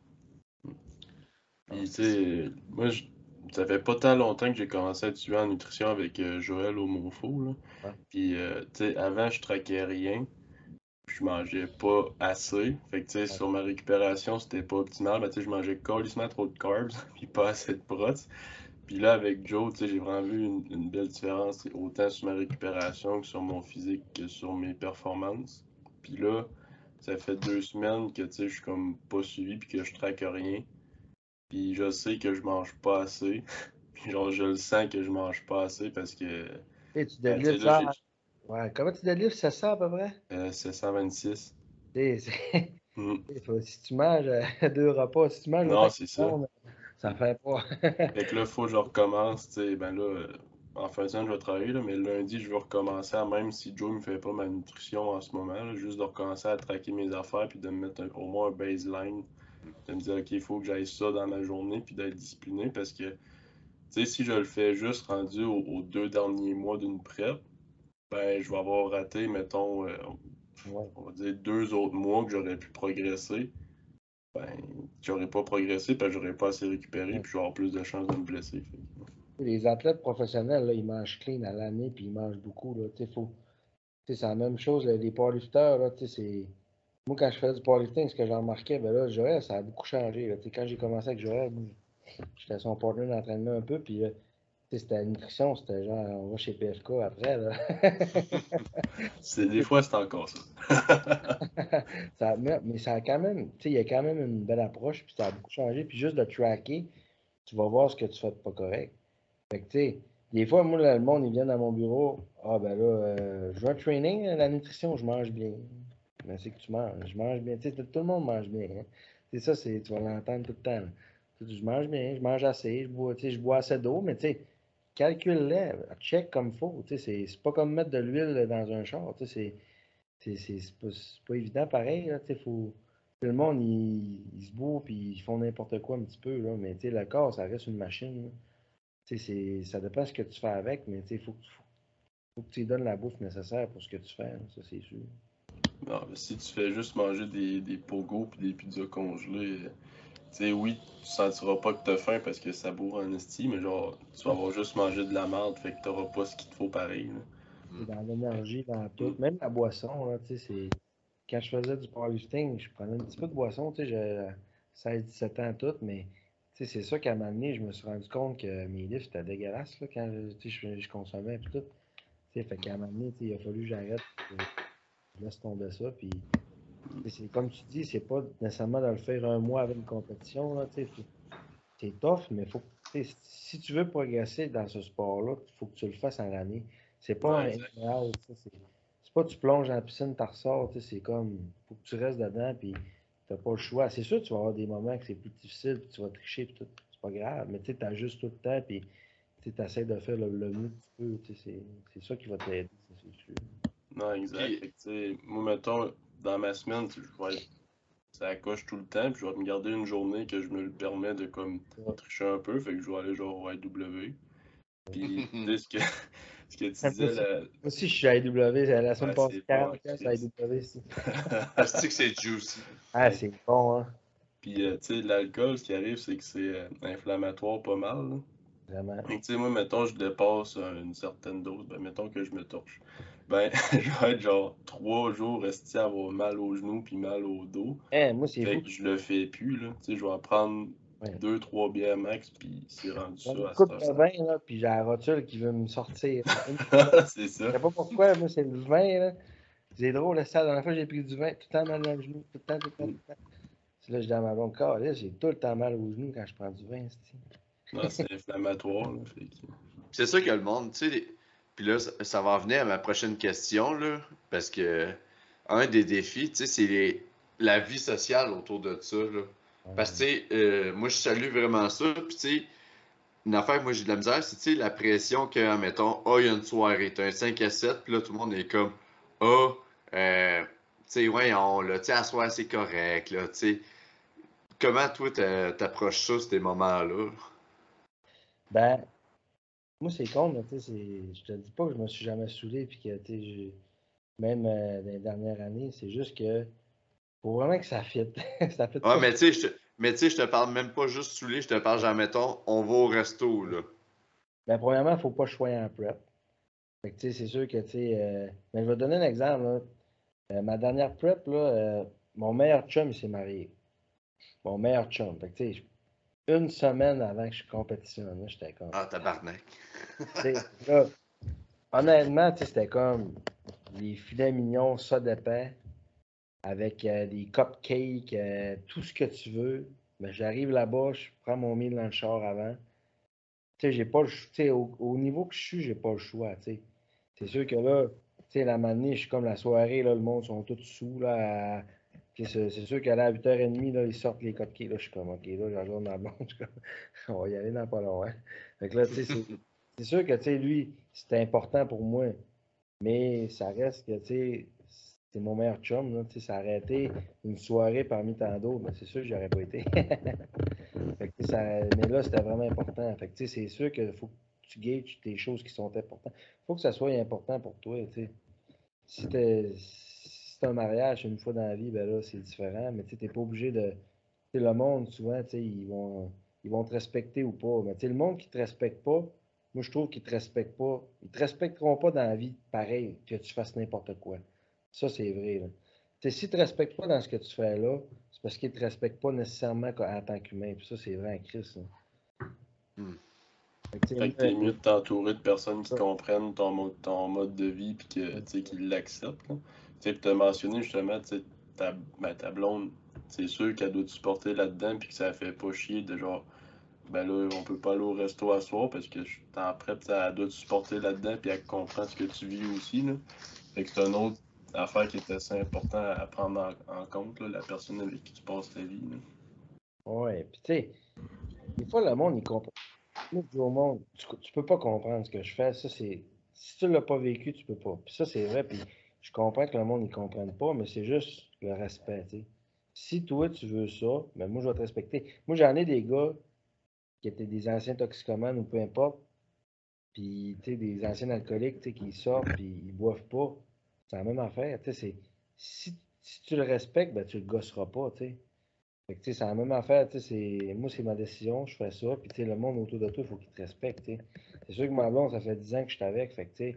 Non, Puis, tu c'est ça. sais, moi, je- ça fait pas tant longtemps que j'ai commencé à étudier en nutrition avec euh, Joël Omonfo, là. Ouais. Puis, euh, tu sais, avant, je traquais rien. Puis je mangeais pas assez. Fait que, tu sais, Ouais. sur ma récupération, c'était pas optimal. Mais, tu sais, je mangeais colissement trop de carbs, puis pas assez de protes. Puis là, avec Joe, tu sais, j'ai vraiment vu une, une belle différence, autant sur ma récupération que sur mon physique, que sur mes performances. Puis là, ça fait deux semaines que, tu sais, je suis comme pas suivi, puis que je traque rien. Puis je sais que je mange pas assez. Puis genre, je le sens que je mange pas assez parce que, Tu sais, tu ben, tu sais, deadlifts là, j'ai ça. Ouais. Comment tu deadlifts ça ça à peu près? euh, sept cent vingt-six. Tu sais, c'est- Hmm. il faut- si tu manges euh, deux repas, si tu manges autant Non, que c'est tout le ça. monde, ça Hmm. fait pas. Fait que là, faut que je recommence, tu sais, ben là, euh, en fin de semaine, je vais travailler, là, mais lundi, je vais recommencer à, même si Joe me fait pas ma nutrition en ce moment, là, juste de recommencer à traquer mes affaires, puis de me mettre un- au moins un baseline, de me dire, OK, il faut que j'aille ça dans ma journée, puis d'être discipliné, parce que, tu sais, si je le fais juste rendu aux, aux deux derniers mois d'une prep, ben, je vais avoir raté, mettons, euh, Ouais. on va dire deux autres mois que j'aurais pu progresser. Ben, j'aurais pas progressé parce que j'aurais pas assez récupéré, Ouais. puis je vais avoir plus de chances de me blesser. Fait que, Les athlètes professionnels, là, ils mangent clean à l'année, puis ils mangent beaucoup. Là. Tu sais, faut... tu sais, c'est la même chose, là, les powerlifters, là, tu sais, c'est... Moi, quand je faisais du powerlifting, ce que j'en remarquais, ben là, Joël, ça a beaucoup changé. Là. Tu sais, quand j'ai commencé avec Joël, moi, j'étais son partenaire d'entraînement un peu, puis là, tu sais, c'était la nutrition, c'était genre, on va chez P F K après, là. c'est, des fois, c'est encore ça. Ça, mais, mais ça a quand même, tu sais, il y a quand même une belle approche, puis ça a beaucoup changé. Puis juste de tracker, tu vas voir ce que tu fais de pas correct. Fait que, tu sais, des fois, moi, là, le monde, ils viennent dans mon bureau. Ah, ben là, euh, je vais au training, la nutrition, je mange bien. Mais c'est que tu manges. Je mange bien. Tu sais, tout le monde mange bien. Hein. C'est ça, c'est, tu vas l'entendre tout le temps. Là. Tu dis, je mange bien, je mange assez, je bois, tu sais, je bois assez d'eau, mais tu sais, calcule-les, check comme il faut. Tu sais, c'est c'est pas comme mettre de l'huile dans un char. Tu sais, c'est c'est c'est- c'est pas, c'est pas évident pareil. Là, tu sais, faut, tout le monde, ils, ils se bourrent puis ils font n'importe quoi un petit peu. Là, mais tu sais, le corps, ça reste une machine. Là. Tu sais, c'est- ça dépend de ce que tu fais avec, mais il faut, que- faut, faut que tu lui donnes la bouffe nécessaire pour ce que tu fais, là, ça c'est sûr. Non, mais si tu fais juste manger des, des pogos puis des pizzas congelées, euh, tu sais, oui, tu sentiras pas que t'as faim parce que ça bourre en esti, mais genre, tu vas avoir juste mangé de la merde, fait que t'auras pas ce qu'il te faut pareil, là. C'est dans l'énergie, dans tout. Mm. Même la boisson, là, tu sais, c'est. Quand je faisais du powerlifting, je prenais un petit peu de boisson, tu sais, j'ai seize dix-sept ans tout, mais tu sais, c'est ça qu'à un moment donné, je me suis rendu compte que mes livres étaient dégueulasses là, quand tu sais, je, je consommais et tout. Tu sais, fait qu'à un moment donné, tu sais, il a fallu que j'arrête, que je laisse tomber ça, puis tu sais, c'est comme tu dis, c'est pas nécessairement de le faire un mois avec une compétition, là, tu sais, faut- c'est tough, mais faut, tu sais, si tu veux progresser dans ce sport-là, il faut que tu le fasses en année. C'est pas Ouais, un exact. idéal, ça, c'est c'est pas tu plonges dans la piscine, tu ressors, tu sais, c'est comme, faut que tu restes dedans, puis t'as pas le choix. C'est sûr, tu vas avoir des moments que c'est plus difficile, puis tu vas tricher, puis tout, c'est pas grave, mais tu sais, juste tout le temps, puis tu essaies de faire le, le mieux que tu peux, tu sais, c'est c'est ça qui va t'aider, ça, c'est sûr. Non, exact. Puis, Fait que, tu sais, moi, mettons, dans ma semaine, tu sais, je vais être ça coche tout le temps, puis je vais me garder une journée que je me le permets de comme Ouais. tricher un peu, fait que je vais aller genre au I W. Puis, tu sais, ce que, ce que tu Moi disais, aussi, là, moi aussi, je suis à A W, la semaine ouais, passée, c'est bon, quarante piastres à Chris. A W ici. est-ce que c'est juicy? Ah, c'est bon, hein, Puis, euh, tu sais, l'alcool, ce qui arrive, c'est que c'est euh, inflammatoire pas mal, là. vraiment. Fait que, tu sais, moi, mettons, je dépasse euh, une certaine dose, ben, mettons que je me torche. Ben, je vais être genre trois jours resté à avoir mal aux genoux puis mal au dos. Hein, moi, c'est Fait fou. que je le fais plus, là. Tu sais, je vais en prendre Ouais. deux, trois bières max, puis c'est rendu J'ai ça une à cette coupe de heure. vin, là, puis j'ai la rotule qui veut me sortir. Une coupe de- C'est Je ça. sais pas pourquoi, moi, c'est le vin, là. C'est drôle, là, ça, la dernière fois, j'ai pris du vin, tout le temps mal dans le genou, tout le temps, tout le temps, tout le temps. C'est là, je dis à ma blonde, là, j'ai tout le temps mal au genou quand je prends du vin. Non, c'est inflammatoire. Là, fait que... C'est ça que le monde, tu sais. les- Puis là, ça, ça va en venir à ma prochaine question, là. Parce que un des défis, tu sais, c'est les- la vie sociale autour de ça, là. Parce que, tu sais, euh, moi, je salue vraiment ça. Puis, tu sais, une affaire que moi, j'ai de la misère, c'est, tu sais, la pression que, mettons, ah, il y a une soirée, t'as un cinq à sept, puis là, tout le monde est comme, ah, euh, tu sais, ouais, on, là, tu sais, à soir, c'est correct, là, tu sais. Comment, toi, t'a- t'approches ça, ces moments-là? Ben, moi, c'est con, mais tu sais, c'est- je te dis pas que je me suis jamais saoulé, puis que, tu sais, j'ai- même euh, dans les dernières années, c'est juste que faut vraiment que ça fitte. Ça fitte Ouais, pas. mais tu sais, je te, mais tu sais, je te parle même pas juste saoulé, je te parle, genre, mettons, on va au resto, là. Ben, premièrement, faut pas que je sois en prep. Fait que, tu sais, c'est sûr que, tu sais, euh, mais je vais te donner un exemple, là. Euh, ma dernière prep, là, euh, mon meilleur chum, il s'est marié. Mon meilleur chum. Fait que, tu sais, une semaine avant que je compétitionne, là, j'étais comme. Ah, tabarnak. Tu sais, là, honnêtement, tu sais, c'était comme des filets mignons, ça dépend, avec euh, des cupcakes, euh, tout ce que tu veux. Mais j'arrive là-bas, je prends mon meal dans le char avant. Tu sais, j'ai pas le ch- tu sais, au, au niveau que je suis, j'ai pas le choix, tu sais. C'est sûr que là, tu sais, la matinée, je suis comme la soirée, là, le monde sont tous sous, là. à- tu sais, C'est c'est sûr qu'à la huit heures trente, là, ils sortent les cupcakes, là, je suis comme, OK, là, je rejoins ma blonde, je suis comme, on va y aller dans pas long, hein. Fait que là, tu sais, c'est c'est sûr que, tu sais, lui, c'était important pour moi, mais ça reste que, tu sais, c'est mon meilleur chum, là, tu sais, ça aurait été une soirée parmi tant d'autres, mais c'est sûr que j'aurais pas été. Fait que, tu sais, ça, mais là, c'était vraiment important. Fait que, tu sais, c'est sûr qu'il faut que tu gages tes choses qui sont importantes. Il faut que ça soit important pour toi. Tu sais. Si t'es- si c'est un mariage une fois dans la vie, ben là, c'est différent. Mais tu n'es pas obligé de. Tu sais, le monde, souvent, tu sais, ils vont, ils vont te respecter ou pas. Mais tu sais, le monde qui ne te respecte pas, moi, je trouve qu'ils ne te respectent pas. Ils ne te respecteront pas dans la vie pareil que tu fasses n'importe quoi. Ça, c'est vrai. Là. Tu sais, s'ils ne te respectent pas dans ce que tu fais là, c'est parce qu'ils ne te respectent pas nécessairement en tant qu'humain. Puis ça, c'est vrai en Christ. Là. Hmm. Fait que, tu sais, Fait moi, que t'es mieux euh, de t'entourer de personnes qui ça, comprennent ton mode, ton mode de vie puis que, tu sais, qui l'acceptent. Là. Tu sais, puis t'as mentionné justement, tu sais, ta, ben, ta blonde, c'est sûr qu'elle doit te supporter là-dedans puis que ça fait pas chier de genre, ben là, on peut pas aller au resto à soir parce que je suis en prep, ça, elle doit te supporter là-dedans puis elle comprend ce que tu vis aussi, là. Fait que c'est une autre affaire qui est assez importante à prendre en, en compte, là, la personne avec qui tu passes ta vie, là. ouais. Puis, tu sais, des fois, le monde, il comprend. Moi, je dis au monde, tu, tu peux pas comprendre ce que je fais. Ça, c'est. Si tu l'as pas vécu, tu peux pas. Puis ça, c'est vrai. Puis je comprends que le monde, ne comprenne pas, mais c'est juste le respect, tu sais. Si toi, tu veux ça, ben moi, je vais te respecter. Moi, j'en ai des gars qui étaient des anciens toxicomanes ou peu importe, puis, tu sais, des anciens alcooliques, tu sais, qui sortent, puis ils boivent pas. C'est la même affaire, tu sais. c'est- Si, si tu le respectes, ben tu le gosseras pas, tu sais. Fait que, tu sais, c'est la même affaire, tu sais, c'est... Moi, c'est ma décision, je fais ça, puis, tu sais, le monde autour de toi, il faut qu'il te respecte, tu sais. C'est sûr que ma blonde, ça fait dix ans que je suis avec, fait que, tu sais,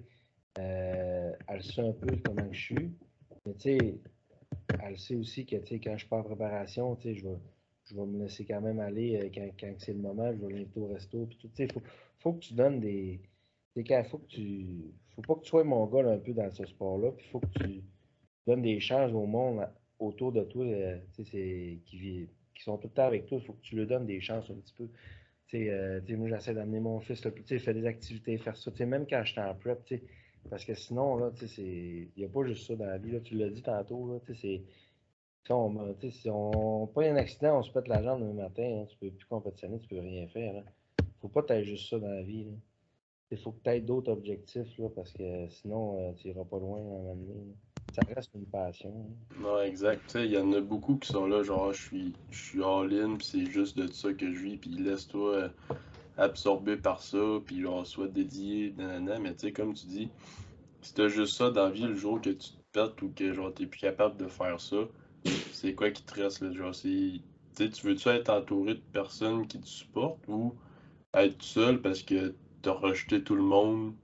euh, elle sait un peu comment je suis, mais, tu sais, elle sait aussi que, tu sais, quand je pars en préparation, tu sais, je vais, je vais me laisser quand même aller euh, quand, quand c'est le moment, je vais l'inviter au resto, puis tout, tu sais, faut, faut que tu donnes des... Tu sais, quand faut que tu... Faut pas que tu sois mon gars, là, un peu, dans ce sport-là, puis faut que tu donnes des chances au monde autour de toi, euh, tu sais, c'est- qui, vit- qui sont tout le temps avec toi, il faut que tu leur donnes des chances un petit peu. Tu sais, euh, tu sais, moi, j'essaie d'amener mon fils, là, puis, tu sais, faire des activités, faire ça, tu sais, même quand j'étais en prep, tu sais, parce que sinon, là, tu sais, c'est... il n'y a pas juste ça dans la vie, là, tu l'as dit tantôt, là, tu sais, c'est... tu sais, on, tu sais, si on pas un accident, on se pète la jambe le matin, hein, tu peux plus compétitionner, tu peux rien faire. Hein. Faut pas être juste ça dans la vie. Là. Il faut que tu aies d'autres objectifs là, parce que sinon, euh, tu iras pas loin à un moment donné, là. Ça reste une passion. Hein. Non, exact. Tu sais, il y en a beaucoup qui sont là, genre, je suis, je suis all-in, puis c'est juste de ça que je vis, puis laisse-toi euh, absorber par ça, puis genre, sois dédié, nanana. Mais tu sais, comme tu dis, si t'as juste ça dans la vie, le jour que tu te perds ou que genre, t'es plus capable de faire ça, c'est quoi qui te reste, là? Genre, c'est. Tu sais, tu veux-tu être entouré de personnes qui te supportent ou être seul parce que t'as rejeté tout le monde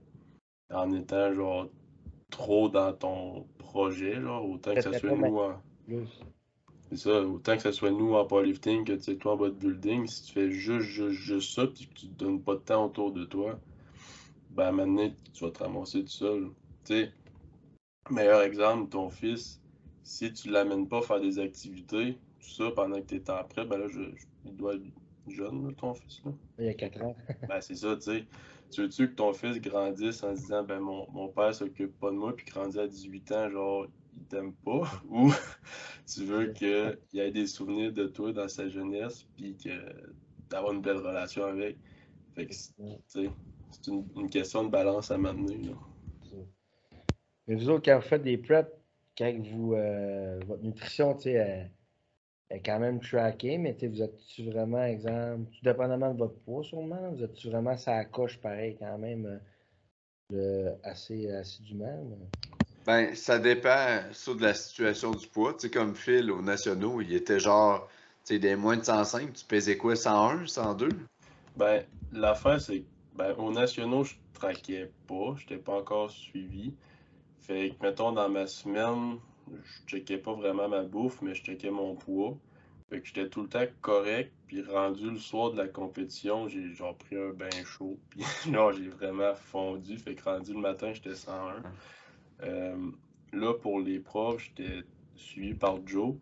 en étant, genre, trop dans ton projet, genre, autant que Ça ça serait soit pas mal nous en. plus. C'est ça, autant que ça soit nous en powerlifting que tu sais, toi en bodybuilding, si tu fais juste, juste, juste ça puis que tu te donnes pas de temps autour de toi, ben maintenant tu vas te ramasser tout seul. Tu sais, Meilleur exemple, ton fils, si tu l'amènes pas faire des activités, tout ça, pendant que tu es en prep, ben là, je, je- il doit être jeune, là, ton fils, là. Il y a quatre ans. Ben, c'est ça, tu sais. Tu veux-tu que ton fils grandisse en se disant, ben, mon, mon père s'occupe pas de moi, puis grandit à dix-huit ans, genre, il t'aime pas? Ou tu veux qu'il ait des souvenirs de toi dans sa jeunesse, puis que d'avoir une belle relation avec? Fait que, tu sais, c'est une, une question de balance à m'amener, là. Mais vous autres, quand vous faites des preps, quand vous, euh, votre nutrition, tu sais, elle, elle est quand même trackée, mais tu sais, vous êtes-tu vraiment, exemple, tout dépendamment de votre poids sûrement, vous êtes-tu vraiment ça à coche pareil quand même, euh, assez assidûment? mais- Ben, ça dépend ça, de la situation du poids. Tu sais, comme Phil, aux nationaux, il était genre, tu sais, des moins de cent cinq, tu pesais quoi, cent un, cent deux? Ben, l'affaire, c'est que ben, aux nationaux, je traquais pas, j'étais pas encore suivi. Fait que, mettons, dans ma semaine, je checkais pas vraiment ma bouffe, mais je checkais mon poids. Fait que j'étais tout le temps correct, puis rendu le soir de la compétition, j'ai genre pris un bain chaud, puis genre j'ai vraiment fondu. Fait que rendu le matin, j'étais cent un. Euh, là, pour les profs, j'étais suivi par Joe.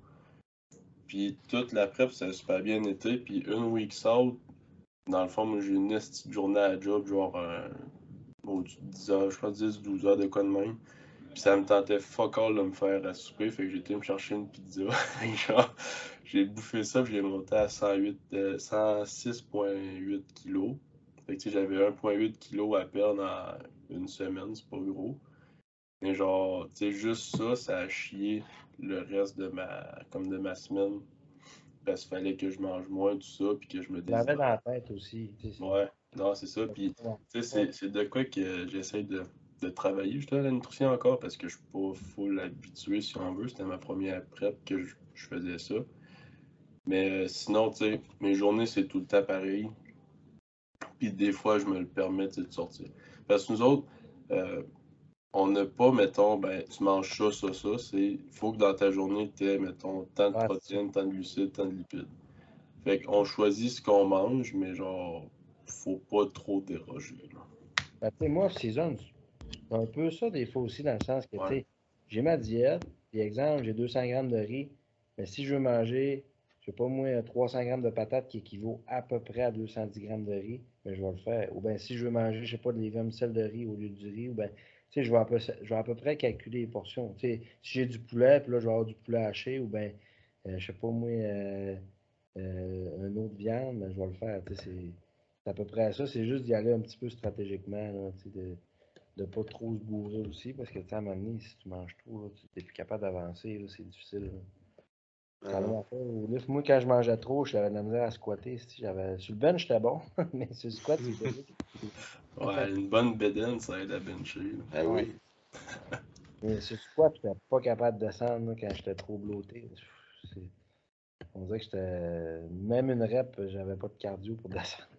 Puis toute la prep, ça a super bien été. Puis une week out, dans le fond, moi, j'ai une petite journée à job, genre euh, au-dessus de dix heures, je pense dix douze heures de quoi de même. Puis ça me tentait fuck all de me faire à souper, fait que j'ai été me chercher une pizza. Genre, j'ai bouffé ça, puis j'ai monté à cent huit, euh, cent six virgule huit kilos. Fait que tu sais, j'avais un virgule huit kilos à perdre en une semaine, c'est pas gros. Mais genre, tu sais, juste ça, ça a chié le reste de ma, comme de ma semaine. Parce qu'il fallait que je mange moins, tout ça, puis que je me Je l'avais dans déshydrate. la tête aussi. Tu sais, Ouais, non, c'est ça. Puis, tu sais, c'est c'est de quoi que j'essaie de, de travailler, justement, la nutrition encore, parce que je suis pas full habitué, si on veut. C'était ma première prep que je, je faisais ça. Mais euh, sinon, tu sais, mes journées, c'est tout le temps pareil. Puis des fois, je me le permets, tu sais, de sortir. Parce que nous autres, euh, on n'a pas, mettons, ben, tu manges ça, ça, ça. C'est, il faut que dans ta journée, tu aies, mettons, tant de Ah, c'est ça. protéines, tant de glucides, tant de lipides. Fait qu'on choisit ce qu'on mange, mais genre, faut pas trop déroger, là. Ben, tu sais, moi, saison, c'est un peu ça des fois aussi, dans le sens que, tu Ouais. sais, j'ai ma diète, puis exemple, j'ai deux cents grammes de riz, mais si je veux manger, je sais pas moi, trois cents grammes de patates qui équivaut à peu près à deux cent dix grammes de riz, ben, je vais le faire. Ou bien si je veux manger, je sais pas, des vermicelles de riz au lieu du riz, ou bien, tu sais, je vais, à peu, je vais à peu près calculer les portions. Tu sais, si j'ai du poulet, puis là, je vais avoir du poulet haché, ou bien, euh, je sais pas moi, euh, euh, une autre viande, ben, je vais le faire. Tu sais, c'est c'est à peu près ça. C'est juste d'y aller un petit peu stratégiquement, là, tu sais, de de pas trop se bourrer aussi, parce que, tu sais, à un moment donné, si tu manges trop, là, tu n'es plus capable d'avancer, là, c'est difficile. Là. C'est la Ah, même affaire au lift. Moi, quand je mangeais trop, j'avais de la misère à squatter. si J'avais... Sur le bench, j'étais bon, mais sur le squat, c'est terrible. Ouais, une bonne bédaine, ça aide à bencher, là. ah Ouais. oui. Mais sur le squat, j'étais pas capable de descendre là, quand j'étais trop bloaté. C'est- On dirait que j'étais. Même une rep, j'avais pas de cardio pour descendre.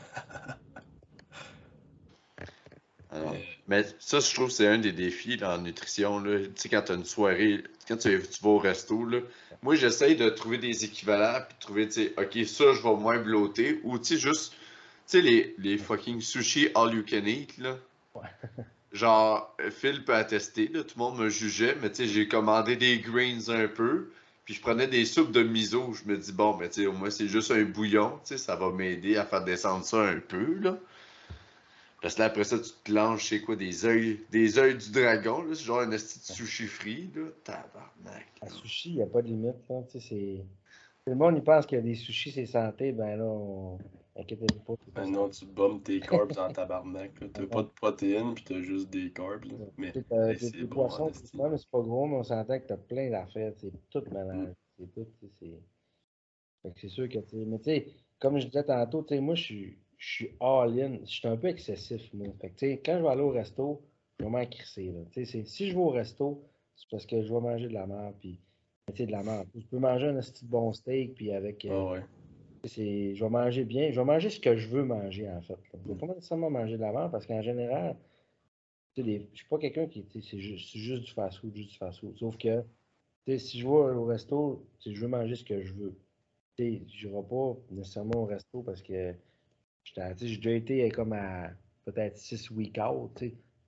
Alors, Mais, mais ça, je trouve que c'est un des défis là, en nutrition. Là. Tu sais, quand tu as une soirée, quand tu, tu vas au resto, là, moi, j'essaye de trouver des équivalents, puis de trouver, tu sais, OK, ça, je vais moins blotter. Ou, tu sais, juste, tu sais, les, les fucking sushis all you can eat, là. Ouais. Genre, Phil peut attester, là, tout le monde me jugeait, mais tu sais, j'ai commandé des greens un peu, puis je prenais des soupes de miso. Je me dis, bon, mais tu sais, au moins, c'est juste un bouillon, tu sais, ça va m'aider à faire descendre ça un peu, là. Parce que là, après ça, tu te lances, c'est quoi, des œils, des œils du dragon, là. C'est genre un esti de sushi frit, là. Tabarnak, À là. sushi, il n'y a pas de limite. Là. Tu sais, c'est... Tout le monde, il pense que des sushis, c'est santé. Ben là, on... inquiétez-vous pas, c'est pas ben santé. non, tu bombes tes carbs en tabarnak, là. T'as pas de protéines, pis t'as juste des carbs, là. Mais, Tu sais, t'as- hey, t'as c'est des bon, en poissons, c'est esti. pas, mais c'est pas gros, mais on s'entend que t'as plein d'affaires. C'est tout Mm. mélange. C'est tout, tu sais, c'est... Fait que c'est sûr que, tu sais, mais tu sais, comme je disais tantôt, tu sais, moi, je suis, je suis all-in. Je suis un peu excessif, moi. Fait que, tu sais, quand je vais aller au resto, je vais m'en crisser, là. Tu sais, c'est- si je vais au resto, c'est parce que je vais manger de la merde, puis, tu sais, de la merde. Je peux manger un petit bon steak, puis avec, Ah euh, ouais. c'est, je vais manger bien. Je vais manger ce que je veux manger, en fait, là. Je vais Mm. pas nécessairement manger de la merde, parce qu'en général, tu sais, les- je suis pas quelqu'un qui, tu sais, c'est juste, c'est juste du fast-food, juste du fast-food. Sauf que, tu sais, si je vais au resto, tu sais, je veux manger ce que je veux. Tu sais, je ne vais pas nécessairement au resto parce que j'étais- tu sais, j'ai déjà été comme à peut-être six week out. Tu sais.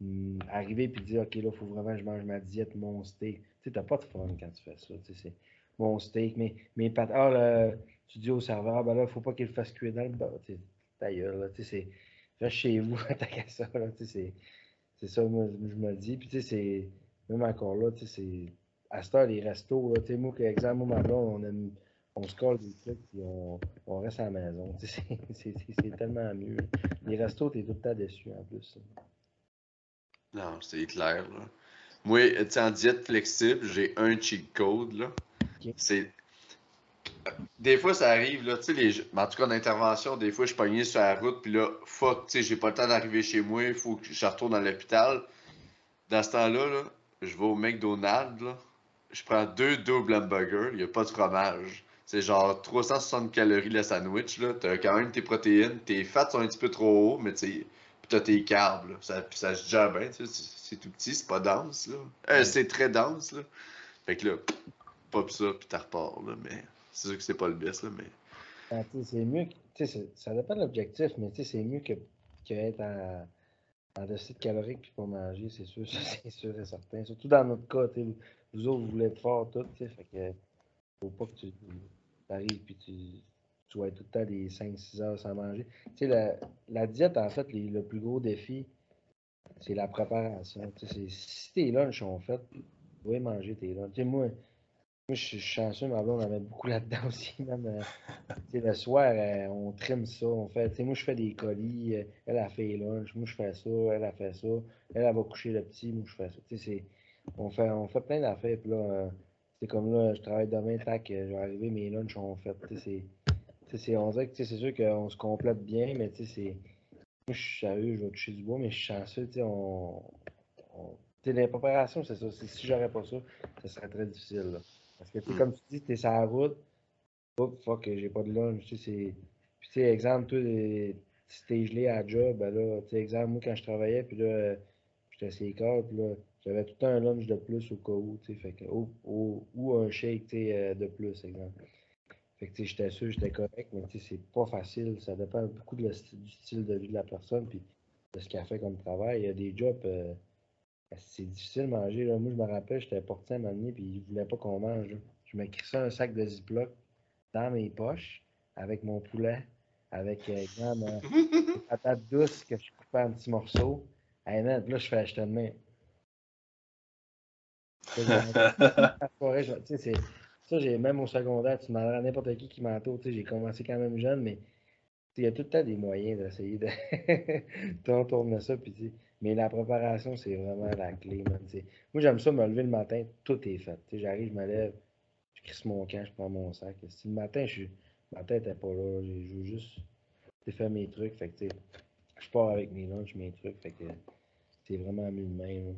hum, arriver puis dire, OK, là, il faut vraiment que je mange ma diète, mon steak. Tu sais, t'as pas de fun quand tu fais ça. Tu sais, c'est mon steak, mes, mes pâtes. Ah, là, tu dis au serveur, ben là, faut pas qu'il le fasse cuire dans le bas. Tu sais, ta gueule, là, tu sais, c'est. Reste chez vous, t'as qu'à ça, là, tu sais, c'est. C'est ça, moi, je me dis. Puis, tu sais, c'est. Même encore là, tu sais, c'est. À cette heure, les restos, là, tu sais, moi, par exemple, moi, ma blonde, on aime. On se colle des trucs, puis on, on reste à la maison. Tu sais, c'est c'est- c'est tellement mieux. Les restos, t'es tout le temps déçu en plus. Non, c'est clair, là. Moi, tu sais, en diète flexible, j'ai un cheat code, là. Ok. C'est. Des fois, ça arrive, là, tu sais, les... en tout cas, en intervention, des fois, je suis pogné sur la route, puis là, fuck, tu sais, j'ai pas le temps d'arriver chez moi, il faut que je retourne à l'hôpital. Dans ce temps-là, là, je vais au McDonald's, là, je prends deux double hamburgers, il n'y a pas de fromage. C'est genre trois cent soixante calories le sandwich, là. T'as quand même tes protéines, tes fats sont un petit peu trop hauts, mais tu sais, pis t'as tes carbs, là. Ça, pis ça se gère bien, tu sais, c'est c'est tout petit, c'est pas dense, là. Euh, Ouais. c'est très dense, là. Fait que là, pop ça, pis t'as repars, là, mais c'est sûr que c'est pas le best, là, mais... Ben, tu sais, c'est mieux que, tu sais, c'est- ça dépend de l'objectif, mais tu sais, c'est mieux que, que être en, en déficit calorique puis pas manger, c'est sûr, ça, c'est sûr et certain. Surtout dans notre cas, tu sais, vous, vous autres, vous voulez être fort tout, tu sais, fait que faut pas que tu arrives puis tu, tu vas être tout le temps des cinq six heures sans manger. Tu sais, la, la diète, en fait, les- le plus gros défi, c'est la préparation. Tu sais, c'est- si tes lunchs sont faits, tu dois manger tes lunchs. Tu sais, moi, moi, je suis chanceux, ma blonde, on en met beaucoup là-dedans aussi, même. euh, tu sais, le soir, euh, on trim ça, on fait, tu sais, moi, je fais des colis, euh, elle a fait les lunchs, moi, je fais ça, elle a fait ça, elle, elle va coucher le petit, moi, je fais ça. Tu sais, c'est, on fait, on fait plein d'affaires, puis là, euh, c'est comme là, je travaille demain, tac, euh, je vais arriver, mes lunchs sont faits. Tu sais, c'est, tu sais, c'est- on dirait que, tu sais, c'est sûr qu'on se complète bien, mais tu sais, c'est, moi, je suis sérieux, je vais toucher du bois, mais je suis chanceux, tu sais, on, on- tu sais, les préparations, c'est ça, c'est- si j'aurais pas ça, ça serait très difficile, là. Parce que, tu sais, Hmm. comme tu dis, t'es sur la route, oups, fuck, j'ai pas de lunch. Tu sais, c'est. Puis, tu sais, exemple, toi, les- si t'es gelé à la job, ben là, tu sais, exemple, moi, quand je travaillais, puis là, euh, j'étais sur les corps, puis là, j'avais tout le temps un lunch de plus au cas où, tu sais, fait que, ou, ou, ou un shake, tu sais, euh, de plus, exemple. Fait que, tu sais, j'étais sûr, j'étais correct, mais tu sais, c'est pas facile. Ça dépend beaucoup de la sti- du style de vie de la personne, puis de ce qu'elle fait comme travail. Il y a des jobs, euh, c'est difficile de manger, là. Moi, je me rappelle, j'étais porté à un moment donné, puis ils voulaient pas qu'on mange, là. Je me crissais un sac de Ziploc dans mes poches avec mon poulet, avec euh, exemple, euh, des patates douces que je coupais en petits morceaux. Hey, man, puis là, je fais acheter de main. Là, je mangeais toute la soirée. je- Tu sais, c'est ça, j'ai même au secondaire, tu demanderas à n'importe qui qui m'entoure. Tu sais, j'ai commencé quand même jeune, mais tu sais, il y a tout le temps des moyens d'essayer de de retourner ça. Puis, tu sais, mais la préparation, c'est vraiment la clé, man. Tu sais. Moi, j'aime ça me lever le matin, tout est fait. Tu sais, j'arrive, je me lève, je crisse mon camp, je prends mon sac. Si le matin, je suis. Ma tête n'est pas là, j'ai- je veux juste tu sais, faire mes trucs. Fait que, tu sais, je pars avec mes lunchs, mes trucs. Fait que c'est vraiment mieux de même.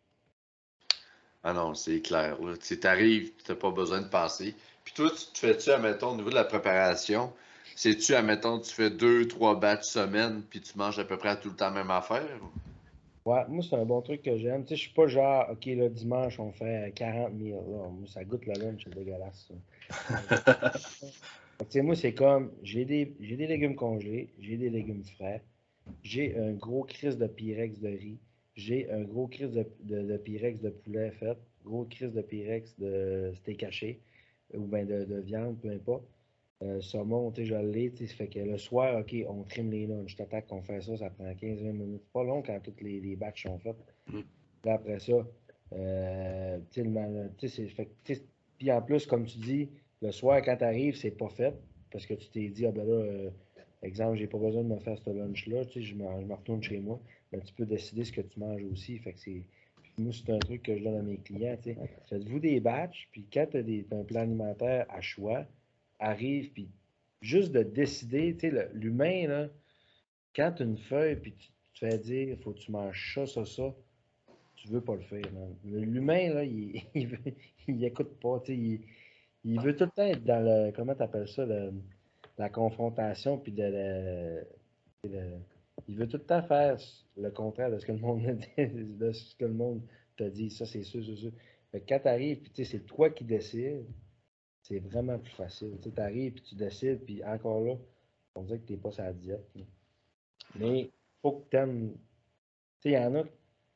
Ah non, c'est clair, là. Tu sais, t'arrives, t'as pas besoin de penser. Puis toi, tu te fais-tu, admettons, au niveau de la préparation, c'est-tu, admettons, tu fais deux, trois batchs semaine, puis tu manges à peu près tout le temps la même affaire? Ouais, moi, c'est un bon truc que j'aime. Tu sais, je suis pas genre, OK, là, dimanche, on fait quarante mille. Là. Moi, ça goûte le lunch, c'est dégueulasse, ça. Fait que, tu sais, moi, c'est comme, j'ai des, j'ai des légumes congelés, j'ai des légumes frais, j'ai un gros crise de Pyrex de riz, j'ai un gros crise de, de, de Pyrex de poulet fait, gros crise de Pyrex de steak haché, ou bien de, de viande, peu importe. Euh, saumon, tu sais, je l'ai, tu sais, ça fait que le soir, OK, on trim les lunchs. Je t'attaque qu'on fait ça, ça prend quinze vingt minutes. C'est pas long quand toutes les, les batchs sont faits. Puis après ça, euh, tu sais, le mal- tu sais, c'est- fait que, tu sais, puis en plus, comme tu dis, le soir, quand tu arrives, c'est pas fait parce que tu t'es dit, ah ben là, euh, exemple, j'ai pas besoin de me faire ce lunch-là, tu sais, je me, je me retourne chez moi. Mais tu peux décider ce que tu manges aussi. Fait que c'est. Puis moi, c'est un truc que je donne à mes clients, tu sais. Faites-vous des batchs, puis quand tu as un plan alimentaire à choix, arrive, puis juste de décider, tu sais, le- l'humain, là, quand tu as une feuille, puis tu tu te fais dire, il faut que tu manges ça, ça, ça, tu veux pas le faire, man. L'humain, là, il, il, veut- il écoute pas, tu sais, il, il veut tout le temps être dans le, comment t'appelles ça, le- la confrontation, puis de, le- le- il veut tout le temps faire le contraire de ce que le monde, a dit- de ce que le monde te dit, ça, c'est sûr, c'est sûr. Fait que quand t'arrives, puis tu sais, c'est toi qui décides, c'est vraiment plus facile. Tu arrives, puis tu décides, puis encore là, on dirait que t'es pas sur la diète, là. Mais faut que t'aimes. Tu sais, il y en a.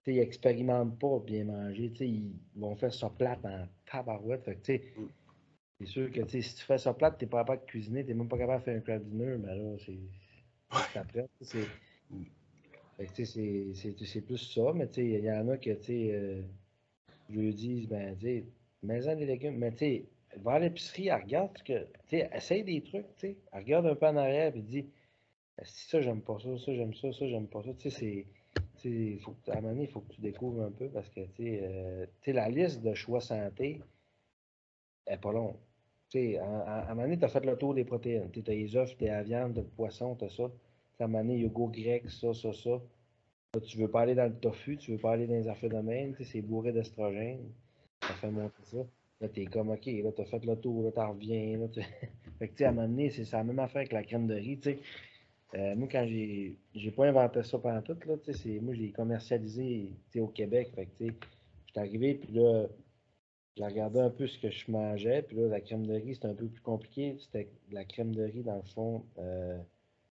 sais, ils expérimentent pas bien manger. Tu sais, ils vont faire ça plate en tabarouette. Fait que, tu sais, Mm. c'est sûr que tu sais, si tu fais ça plate, t'es pas capable de cuisiner, t'es même pas capable de faire un crab dinner, mais là, c'est faut que t'apprennes. C'est Mm. fait que, tu sais, c'est- c'est c'est plus ça, mais tu sais, il y en a que, tu sais, euh, je lui dis, ben, tu sais, mets-en des légumes, mais tu sais, va à l'épicerie, elle regarde ce que, tu sais, essaye des trucs, tu sais, elle regarde un peu en arrière, puis dit, si ça, j'aime pas ça, ça, j'aime ça, ça, j'aime pas ça, tu sais, c'est, tu sais, faut que- à un moment donné, il faut que tu découvres un peu, parce que, tu sais, euh, tu sais, la liste de choix santé, elle est pas longue. Tu sais, à, à, à un moment donné, tu as fait le tour des protéines. Tu as les œufs, tu as la viande, tu as le poisson, tu as ça. À un moment donné, yogourt grec, ça, ça, ça. Là, tu veux pas aller dans le tofu, tu veux pas aller dans les affaires de même, tu sais, c'est bourré d'estrogène. Ça fait monter ça. Là, t'es comme, OK, là, t'as fait le tour, là, t'en reviens. Là, tu- fait que, tu sais, à un moment donné, c'est ça la même affaire avec la crème de riz, tu sais. Euh, moi, quand j'ai j'ai pas inventé ça pendant tout, là, tu sais, c'est- moi, je l'ai commercialisé, tu sais, au Québec. Fait que, tu sais, j'étais arrivé, puis là, j'ai regardé un peu ce que je mangeais, puis là, la crème de riz, c'était un peu plus compliqué. C'était de la crème de riz, dans le fond, euh,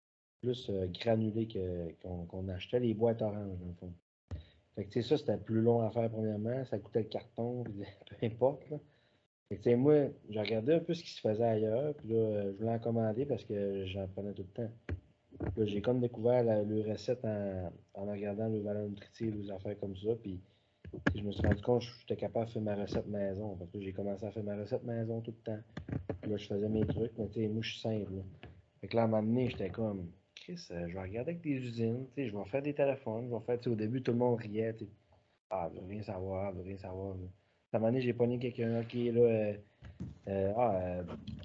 plus euh, granulée que- qu'on qu'on achetait, les boîtes oranges, dans le fond. Fait que, tu sais, ça, c'était plus long à faire, premièrement. Ça coûtait le carton, puis peu importe, là. Fait que, tu sais, moi, j'ai regardé un peu ce qui se faisait ailleurs, puis là, euh, je voulais en commander parce que j'en prenais tout le temps. Puis là, j'ai comme découvert la, le recette en, en regardant le valeur nutritive, les affaires comme ça, puis je me suis rendu compte que j'étais capable de faire ma recette maison. Parce que j'ai commencé à faire ma recette maison tout le temps. Puis là, je faisais mes trucs, mais tu sais, moi, je suis simple, là. Fait que là, à un moment donné, j'étais comme, Chris, euh, je vais regarder avec des usines, tu sais, je vais faire des téléphones, je vais faire, tu sais, au début, tout le monde riait, tu sais. Ah, je veux rien savoir, je veux rien savoir, là. À un moment donné, j'ai pogné quelqu'un, ok, là, euh, euh, ah, euh,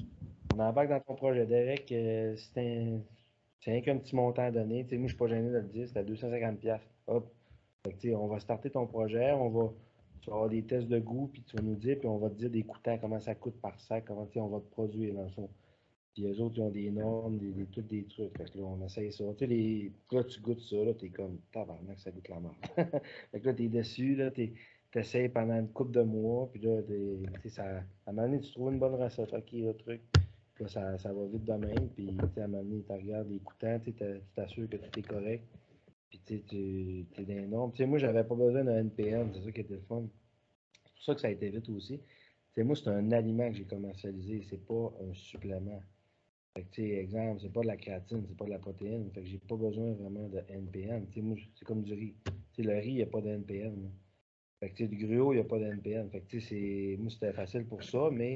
on embarque dans ton projet. Derek, euh, c'est un, c'est rien qu'un petit montant à donner. Tu sais, moi, je suis pas gêné de le dire, c'était deux cent cinquante piastres. Hop. Fait que, tu sais, on va starter ton projet, on va, tu vas avoir des tests de goût, puis tu vas nous dire, puis on va te dire des coûtants, comment ça coûte par sac, comment, tu sais, on va te produire, dans le fond. Puis les autres, ils ont des normes, des, des, tous des trucs. Fait que là, on essaye ça. Tu sais, les, là, tu goûtes ça, là, t'es comme, tabarnak, ça goûte la mort. Fait que là, t'es déçu, là, t'es, t'essayes pendant une couple de mois, puis là, t'es, tu sais, ça, à un moment donné, tu trouves une bonne recette, ok, le truc. Puis là, ça, ça va vite de même, puis, tu sais, à un moment donné, tu regardes les coûtants, tu sais, t'as- tu t'assures que tout est correct, puis, tu sais, tu es dans les normes. Tu sais, moi, j'avais pas besoin d'un N P M, c'est ça qui était le fun. C'est pour ça que ça a été vite aussi. Tu sais, moi, c'est un aliment que j'ai commercialisé, c'est pas un supplément. Fait que, tu sais, exemple, c'est pas de la créatine, c'est pas de la protéine. Fait que j'ai pas besoin vraiment de N P M. Tu sais, moi, c'est comme du riz. Tu sais, le riz, il n'y a pas de N P M, là. Fait que, tu sais, du gruau, il n'y a pas de N P M. Fait que, tu sais, c'est... moi, c'était facile pour ça, mais,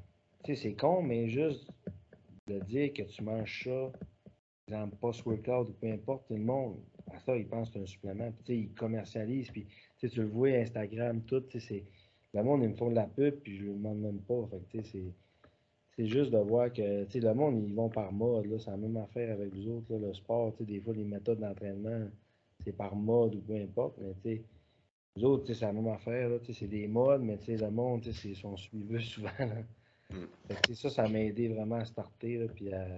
tu sais, c'est con, mais juste de dire que tu manges ça, exemple, post-workout ou peu importe, tout le monde, à ça, il pense que c'est un supplément. Puis, tu sais, ils commercialisent, puis, tu sais, tu le vois, Instagram, tout, tu sais, c'est... Le monde, ils me font de la pub, puis je le demande même pas. Fait que, tu sais, c'est... C'est juste de voir que, tu sais, le monde, ils vont par mode, là. C'est la même affaire avec les autres, là. Le sport, tu sais, des fois, les méthodes d'entraînement, c'est par mode ou peu importe, mais, tu sais, les autres, tu sais, c'est la même affaire, là. Tu sais, c'est des modes, mais, tu sais, le monde, tu sais, c'est- ils sont suiveux souvent, là. Mm. Fait que, tu sais, ça, ça m'a aidé vraiment à starter, là, puis à,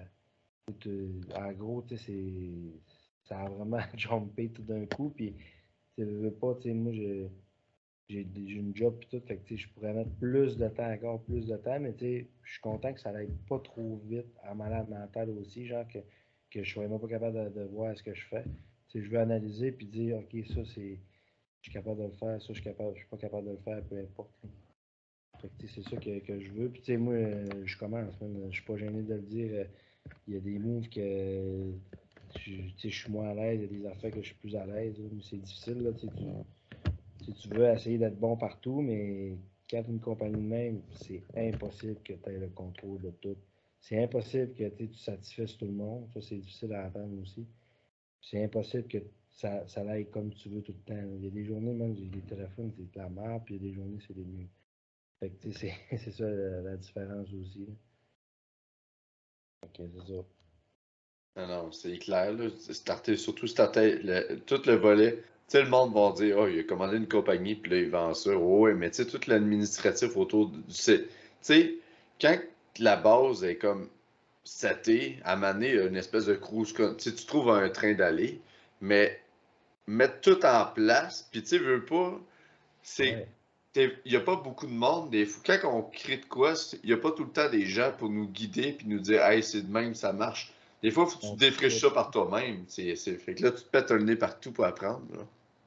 tout, en gros, tu sais, c'est, ça a vraiment jumpé tout d'un coup, puis, tu sais, je veux pas, tu sais, moi, je j'ai j'ai une job et tout, fait que tu sais, je pourrais mettre plus de temps, encore plus de temps, mais tu sais, je suis content que ça n'aille pas trop vite à malade mental aussi, genre que, que je sois même pas capable de, de voir ce que je fais. Tu sais, je veux analyser puis dire, OK, ça c'est. Je suis capable de le faire, ça je suis capable, je suis pas capable de le faire, peu importe. Fait que tu sais, c'est ça que, que je veux. Puis tu sais, moi, euh, je commence, même, je suis pas gêné de le dire. euh, Il y a des moves que euh, je, tu sais, je suis moins à l'aise, il y a des affaires que je suis plus à l'aise, là, mais c'est difficile, là, tu sais, tu, si tu veux essayer d'être bon partout, mais quand une compagnie de même, c'est impossible que tu aies le contrôle de tout. C'est impossible que tu satisfaises tout le monde. Ça, c'est difficile à attendre aussi. C'est impossible que ça, ça aille comme tu veux tout le temps. Il y a des journées, même, j'ai des téléphones, c'est de la merde, puis il y a des journées, c'est des mieux. Fait que, tu sais, c'est c'est ça la, la différence aussi, là. Ok, c'est ça. Non, non, c'est clair, là. Starter, surtout starter le- tout le volet. Tu sais, le monde va dire, oh, il a commandé une compagnie, puis là, il vend ça. Oh, ouais, mais tu sais, tout l'administratif autour du. c'est- Tu sais, quand la base est comme setée, à maner une espèce de cruise, con- tu sais, tu trouves un train d'aller, mais mettre tout en place, puis tu sais, veux pas, c'est. Ouais. Il n'y a pas beaucoup de monde. Des fois, quand on crée de quoi, il n'y a pas tout le temps des gens pour nous guider puis nous dire, hey, c'est de même, ça marche. Des fois, il faut que tu On défriches fait- ça par toi-même. C'est, c'est... Fait que là, tu te pètes un nez partout pour apprendre, là.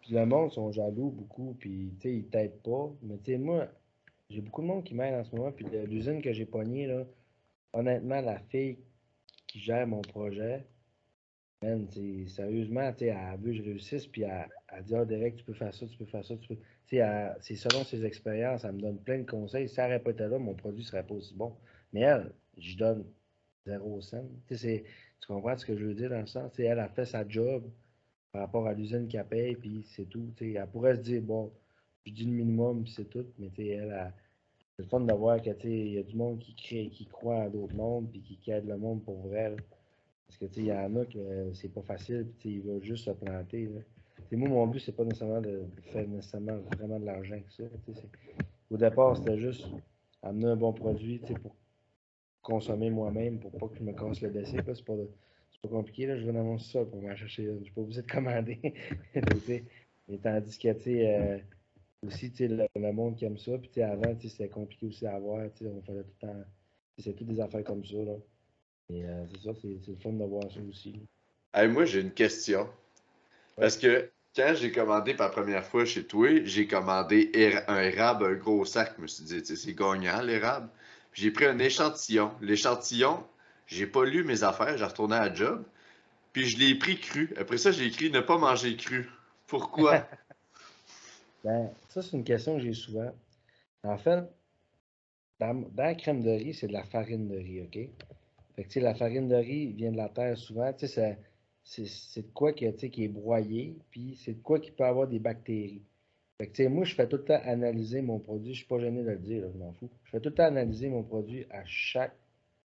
Puis le monde sont jaloux beaucoup, puis tu sais, ils t'aident pas. Mais tu sais, moi, j'ai beaucoup de monde qui m'aide en ce moment, puis le- l'usine que j'ai pognée, là, honnêtement, la fille qui gère mon projet, man, c'est- sérieusement, tu sais, elle veut que je réussisse, puis elle, elle dit, ah, Derek, tu peux faire ça, tu peux faire ça, tu peux. Tu sais, elle- c'est selon ses expériences, elle me donne plein de conseils. Si elle n'aurait pas été là, mon produit serait pas aussi bon. Mais elle, je donne zéro cent. Tu sais, c'est- tu comprends ce que je veux dire dans le sens? Tu sais, elle a fait sa job par rapport à l'usine qu'elle paye, puis c'est tout. Tu sais, elle pourrait se dire, bon, je dis le minimum, puis c'est tout, mais tu sais, elle, elle- c'est le fun de voir que, tu sais, il y a du monde qui crée, qui croit à d'autres mondes, puis qui, qui aide le monde pour vrai, là. Parce que, tu sais, il y en a que euh, c'est pas facile, puis tu sais, ils veulent juste se planter, là. Tu sais, moi, mon but, c'est pas nécessairement de faire nécessairement vraiment de l'argent que ça. Tu sais, c'est- au départ, c'était juste amener un bon produit, tu sais, pour consommer moi-même, pour pas que je me casse le décès, là. C'est pas, c'est pas compliqué, là. Je vais dans mon sol pour m'en chercher une. Je suis pas obligé de commander. Tu sais, mais tandis que, tu sais, euh, aussi, tu sais, le, le monde qui aime ça, puis tu sais, avant, tu sais, c'était compliqué aussi à avoir, tu sais, on fallait tout le temps, tu sais, c'est toutes des affaires comme ça, là. Et euh, c'est ça, c'est c'est le fun de voir ça aussi. Hey, moi, j'ai une question. Ouais. Parce que quand j'ai commandé pour la première fois chez toi, j'ai commandé éra- un érable, un gros sac. Je me suis dit, tu sais, c'est gagnant, l'érable. Puis j'ai pris un échantillon. L'échantillon, j'ai pas lu mes affaires, j'ai retourné à la job. Puis je l'ai pris cru. Après ça, j'ai écrit ne pas manger cru. Pourquoi? Ben, ça, c'est une question que j'ai souvent. En fait, dans, dans la crème de riz, c'est de la farine de riz, OK? Fait que, tu sais, la farine de riz vient de la terre souvent. Tu sais, ça- c'est c'est de quoi que, tu sais, qui est broyé, puis c'est de quoi qui peut avoir des bactéries. Fait que, tu sais, moi, je fais tout le temps analyser mon produit. Je suis pas gêné de le dire, là, je m'en fous. Je fais tout le temps analyser mon produit à chaque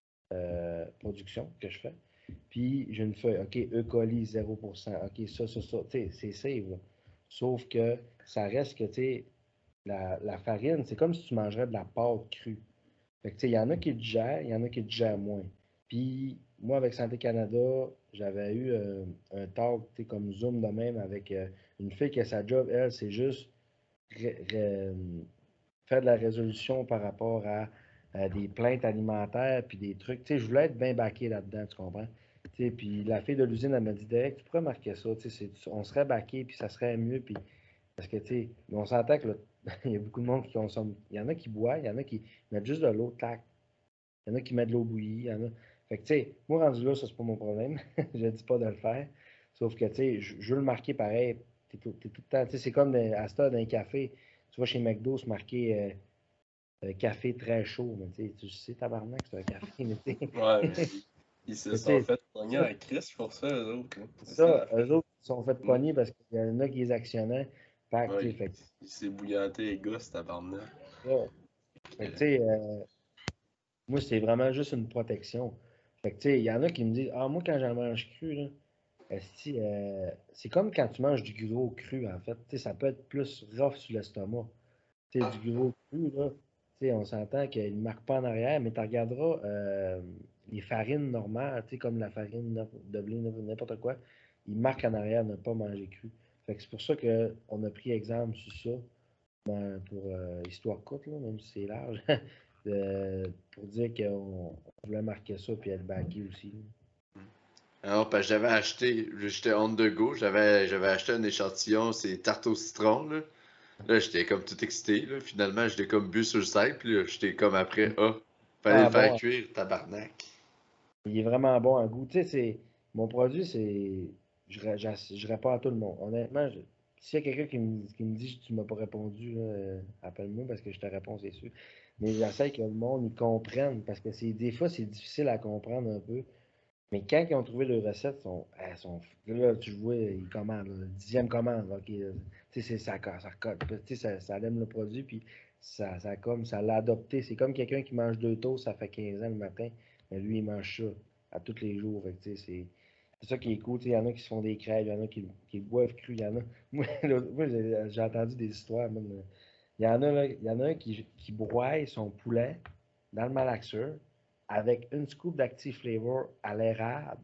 euh, production que je fais. Puis, j'ai une feuille, OK, E. coli, zéro pour cent. OK, ça, ça, ça. Tu sais, c'est safe, là. Sauf que ça reste que, tu sais, la, la farine, c'est comme si tu mangerais de la pâte crue. Fait que, tu sais, il y en a qui le digèrent, il y en a qui le digèrent moins. Puis, moi, avec Santé Canada, j'avais eu euh, un talk, tu sais, comme Zoom de même, avec euh, une fille qui a sa job, elle, c'est juste ré- ré- faire de la résolution par rapport à, à des plaintes alimentaires, puis des trucs. Tu sais, je voulais être bien baqué là-dedans, tu comprends? Tu sais, puis la fille de l'usine, elle m'a dit, Derek, tu pourrais marquer ça, tu sais, c'est- on serait baqué, puis ça serait mieux, puis parce que, tu sais, on s'entend que là, il y a beaucoup de monde qui consomme. Il y en a qui boivent, il y en a qui mettent juste de l'eau, tac. Il y en a qui mettent de l'eau bouillie, il y en a. Fait que, tu sais, moi, rendu là, ça, c'est pas mon problème. Je dis pas de le faire. Sauf que, tu sais, je, je veux le marquer pareil. T'es tout, t'es tout le temps, tu sais, c'est comme dans- à ce d'un café. Tu vois, chez McDo, c'est marqué euh, euh, café très chaud. Mais, tu sais, tu sais, tabarnak, c'est un café, mais, tu sais. Ouais, mais ils se Mais, tu sont sais, fait pogner ça, à Chris pour ça, eux autres, là. C'est ça ça, l'affaire. eux autres, ils sont fait Mm. pogner parce qu'il y en a qui les actionnaient. Fait que, tu sais, Ouais, fait que il s'est bouillanté les gosses, tabarnak. ça. Fait que, tu sais, euh, moi, c'est vraiment juste une protection. Fait que, tu sais, il y en a qui me disent, ah, moi, quand j'en mange cru, là, esti, euh, c'est comme quand tu manges du gros cru, en fait. Tu sais, ça peut être plus rough sur l'estomac. Tu sais, du gros cru, là, tu sais, on s'entend qu'il ne marque pas en arrière, mais tu regarderas euh, les farines normales, tu sais, comme la farine no- de blé, no- n'importe quoi, ils marquent en arrière ne pas manger cru. Fait que c'est pour ça qu'on a pris exemple sur ça, ben, pour euh, histoire courte, là, même si c'est large, de- pour dire qu'on on voulait marquer ça puis être backé aussi, là. Alors, parce que j'avais acheté, j'étais on the go, j'avais j'avais acheté un échantillon, c'est tarte au citron, là. Là, j'étais comme tout excité, là. Finalement, j'étais comme bu sur le site, puis là, j'étais comme après, ah, fallait le Ah faire bon, cuire, tabarnak. il est vraiment bon à goût. Tu sais, c'est, mon produit, c'est. Je, ré- j'ass- je réponds à tout le monde. Honnêtement, je- s'il y a quelqu'un qui me, qui me dit que tu m'as pas répondu, là, euh, appelle-moi parce que je te réponds, c'est sûr. Mais j'essaie que le monde y comprenne parce que c'est, des fois, c'est difficile à comprendre un peu. Mais quand ils ont trouvé les recettes, sont, elles sont, là, tu vois, ils commandent, là, dixième commande, ok, là. Tu sais, c'est- ça, co- ça recote, puis, tu sais, ça, ça aime le produit, puis ça, ça, comme, ça l'a adopté. C'est comme quelqu'un qui mange deux toasts, ça fait quinze ans le matin, mais lui, il mange ça à tous les jours. Fait que, tu sais, c'est c'est ça qui est cool. Tu sais, il y en a qui se font des crêpes, il y en a qui, qui le boivent cru, il y en a. Moi, l'autre- moi, j'ai j'ai entendu des histoires, man. Il y en a, là, il y en a un qui, qui broie son poulet dans le malaxeur avec une scoop d'Active Flavor à l'érable,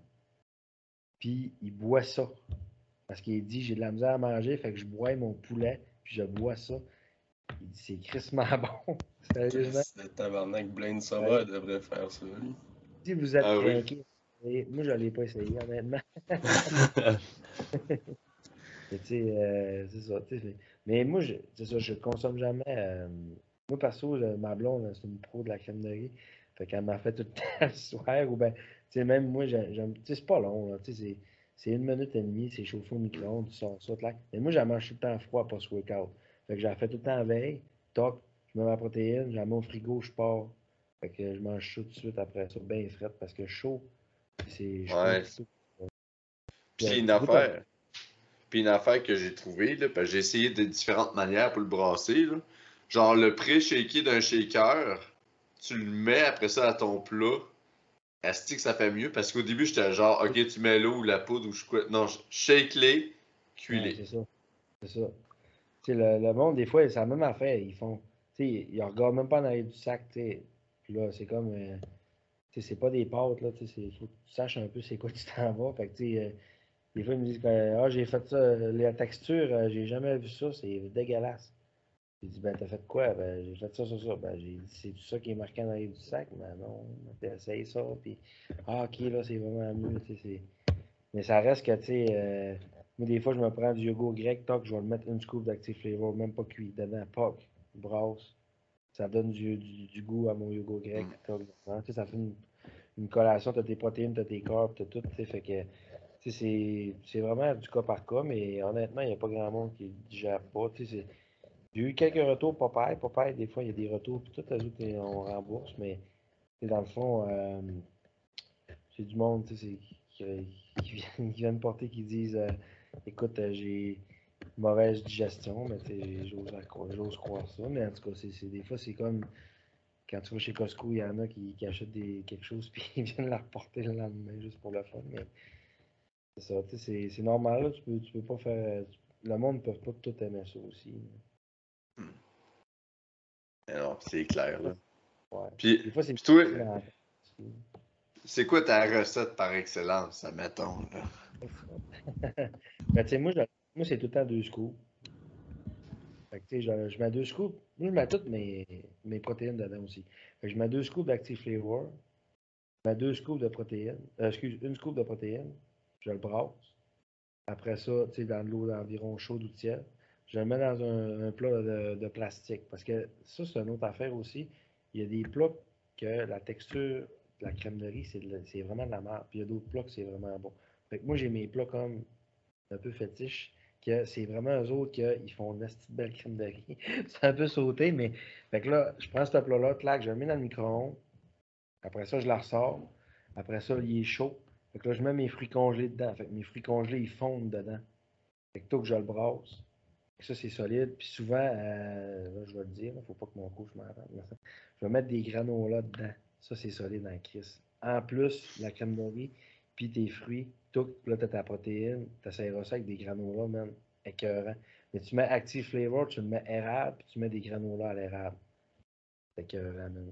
puis il boit ça. Parce qu'il dit, j'ai de la misère à manger, fait que je bois mon poulet, puis je bois ça. Il dit, c'est crissement bon. Sérieusement. Chris, le tabarnak Blaine Ouais. Sauveur devrait faire ça, lui. Si vous êtes Ah oui? craqué, moi, je ne l'ai pas essayé, honnêtement. Mais tu sais, euh, c'est ça. tu sais, Mais, mais moi, je- c'est ça, je consomme jamais. euh, moi, perso, je- ma blonde, c'est une pro de la crème de riz. Fait qu'elle m'a fait tout le temps le soir. Ou ben, tu sais, même moi, j'ai- j'aime. Tu sais, c'est pas long, là. Tu sais, c'est c'est une minute et demie, c'est chauffé au micro-ondes, tu sors ça, clac. Mais moi, j'en mange tout le temps froid post-workout. Fait que j'en fais tout le temps la veille. Toc, je mets ma protéine, j'en mets au frigo, je pars. Fait que je mange chaud tout de suite après ça, bien frais, parce que chaud, c'est chaud un Ouais. petit peu. Puis Euh, une goûte à- affaire, puis une affaire que j'ai trouvée, là, parce que j'ai essayé de différentes manières pour le brasser, là. Genre le pré-shaké d'un shaker, tu le mets après ça à ton plat. Est-ce que ça fait mieux? Parce qu'au début, j'étais genre, ok, tu mets l'eau ou la poudre ou je quoi. Non, je- shake-les, Ouais, cuis-les. c'est ça. C'est ça. Tu sais, le, le monde, des fois, c'est la même affaire. Ils font. Tu sais, ils regardent même pas en arrière du sac, tu sais. Puis là, c'est comme. euh, tu sais, c'est pas des pâtes, là. Tu sais, c'est- faut que tu saches un peu c'est quoi tu t'en vas. Fait que, tu sais, euh, des fois, ils me disent que, ah, j'ai fait ça, euh, la texture, euh, j'ai jamais vu ça, c'est dégueulasse. J'ai dit, ben, t'as fait quoi? Ben, j'ai fait ça, ça, ça. Ben, j'ai dit, c'est tout ça qui est marqué en arrière du sac? Ben, non, t'as essayé ça, puis, ah, ok, là, c'est vraiment mieux, tu sais, c'est. Mais ça reste que, tu sais, euh, moi, des fois, je me prends du yogourt grec, toc, je vais le mettre une scoop d'Active Flavor, même pas cuit, dedans, poc, brasse. Ça donne du, du, du goût à mon yogourt grec, Mm. toc, dedans. Tu sais, ça fait une, une collation, t'as tes protéines, t'as tes carbs, t'as tout, tu sais, fait que, tu sais, c'est c'est vraiment du cas par cas, mais honnêtement, il n'y a pas grand monde qui ne digère pas, tu sais, c'est- j'ai eu quelques retours Popeye, Popeye, des fois, il y a des retours, puis tout, eux autres, on rembourse, mais, tu sais, dans le fond, euh, c'est du monde, tu sais, c'est- qui, qui viennent, qui viennent porter, qui disent euh, écoute, euh, j'ai mauvaise digestion, mais tu sais, j'ose à croire- j'ose croire ça. Mais en tout cas, c'est, c'est- des fois, c'est comme quand tu vas chez Costco, il y en a qui, qui achètent des, quelque chose puis ils viennent la reporter le lendemain juste pour le fun. Mais c'est ça, tu sais, c'est, c'est normal, là, tu peux, tu peux pas faire. Le monde ne peut pas tout aimer ça aussi. Mais non, c'est clair, là. Ouais. Puis, Des fois, c'est puis toi, difficile à entendre aussi. c'est quoi ta recette par excellence, admettons, là? Ben, tu sais, moi, je- moi, c'est tout le temps deux scoops. Fait que, tu sais, je, je mets deux scoops. Moi, je mets toutes mes, mes protéines dedans aussi. Fait que je mets deux scoops d'Active Flavor. Je mets deux scoops de protéines. Euh, excuse, une scoop de protéines. Je le brasse. Après ça, tu sais, dans de l'eau environ chaude ou tiède. Je le mets dans un, un plat de, de plastique. Parce que ça, c'est une autre affaire aussi. Il y a des plats que la texture de la crème de riz, c'est de la- c'est vraiment de la merde. Puis il y a d'autres plats que c'est vraiment bon. Fait que moi, j'ai mes plats comme un peu fétiche, que c'est vraiment eux autres qui font une petite belle crème de riz. C'est un peu sauté, mais fait que là, je prends ce plat-là, clac, je le mets dans le micro-ondes. Après ça, je la ressors. Après ça, il est chaud. Fait que là, je mets mes fruits congelés dedans. Fait que mes fruits congelés, ils fondent dedans. Fait que tout que je le brasse. Ça, c'est solide. Puis souvent, euh, là, je vais le dire, il ne faut pas que mon couche m'entende. Je vais mettre des granolas dedans. Ça, c'est solide en crise. En plus, la crème de riz, puis tes fruits, tout, là, tu as ta protéine. Tu essaies ça avec des granolas, man. Écœurant. Mais tu mets Active Flavor, tu le mets érable, puis tu mets des granolas à l'érable. C'est écœurant, man.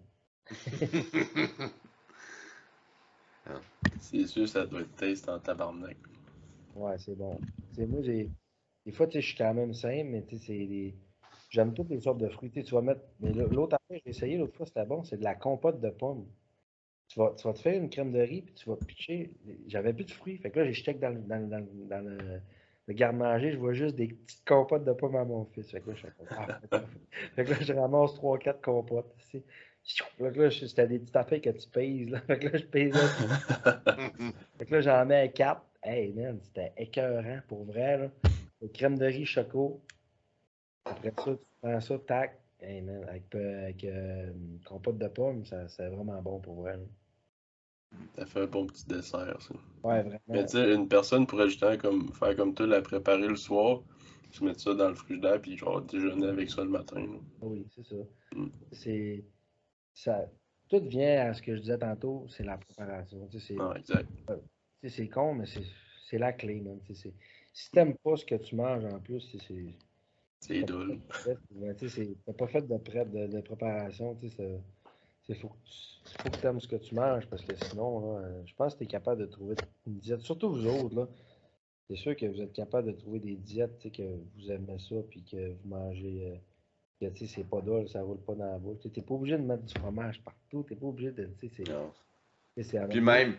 C'est sûr, ça doit être taste en tabarnak. Ouais, c'est bon. C'est moi, j'ai. Des fois, tu sais, je suis quand même simple, mais tu sais, c'est des. J'aime toutes les sortes de fruits. Tu sais, tu vas mettre. Mais l- l'autre affaire, j'ai essayé l'autre fois, c'était bon, c'est de la compote de pommes. Tu vas, tu vas te faire une crème de riz, puis tu vas pitcher. J'avais plus de fruits. Fait que là, j'ai jeté dans, le- dans, le- dans, le- dans le, le garde-manger, je vois juste des petites compotes de pommes à mon fils. Fait que là, je fais comme, ah, fait que là, je ramasse trois quatre compotes. Tu sais. Fait que là, je- c'était des petites affaires que tu pèses. Là. Fait que là, je pèse. Fait que là, j'en mets quatre. Hey, man, c'était écœurant pour vrai, là. Le crème de riz choco. Après ça, tu prends ça, tac. Hey, man, avec, euh, avec euh, compote de pommes, ça, c'est vraiment bon pour vrai, là. Ça fait un bon petit dessert, ça. Ouais, Mais vraiment. tu sais, une personne pourrait justement comme, faire comme toi, la préparer le soir, se mettre ça dans le frigidaire, puis genre déjeuner avec ça le matin, là. Oui, c'est ça. Mm. C'est, ça. Tout vient à ce que je disais tantôt, c'est la préparation. Tu sais, c'est, Non, exact. tu sais, c'est con, mais c'est, c'est la clé, man. Tu sais, c'est- si t'aimes pas ce que tu manges en plus, c'est, c'est, C'est t'as pas fait drôle. de prep, ouais, tu sais, c'est- t'as pas fait de prep, de, de préparation, tu sais, ça- Il faut, que tu- faut que tu aimes ce que tu manges parce que sinon, là, euh, je pense que tu es capable de trouver une diète. Surtout vous autres, là. C'est sûr que vous êtes capable de trouver des diètes, tu sais, que vous aimez ça puis que vous mangez. Euh, que tu sais, c'est pas drôle, ça roule pas dans la bouche. Tu n'es pas obligé de mettre du fromage partout. Tu n'es pas obligé de. Tu sais, c'est Non. tu sais, c'est à un Puis moment donné. même,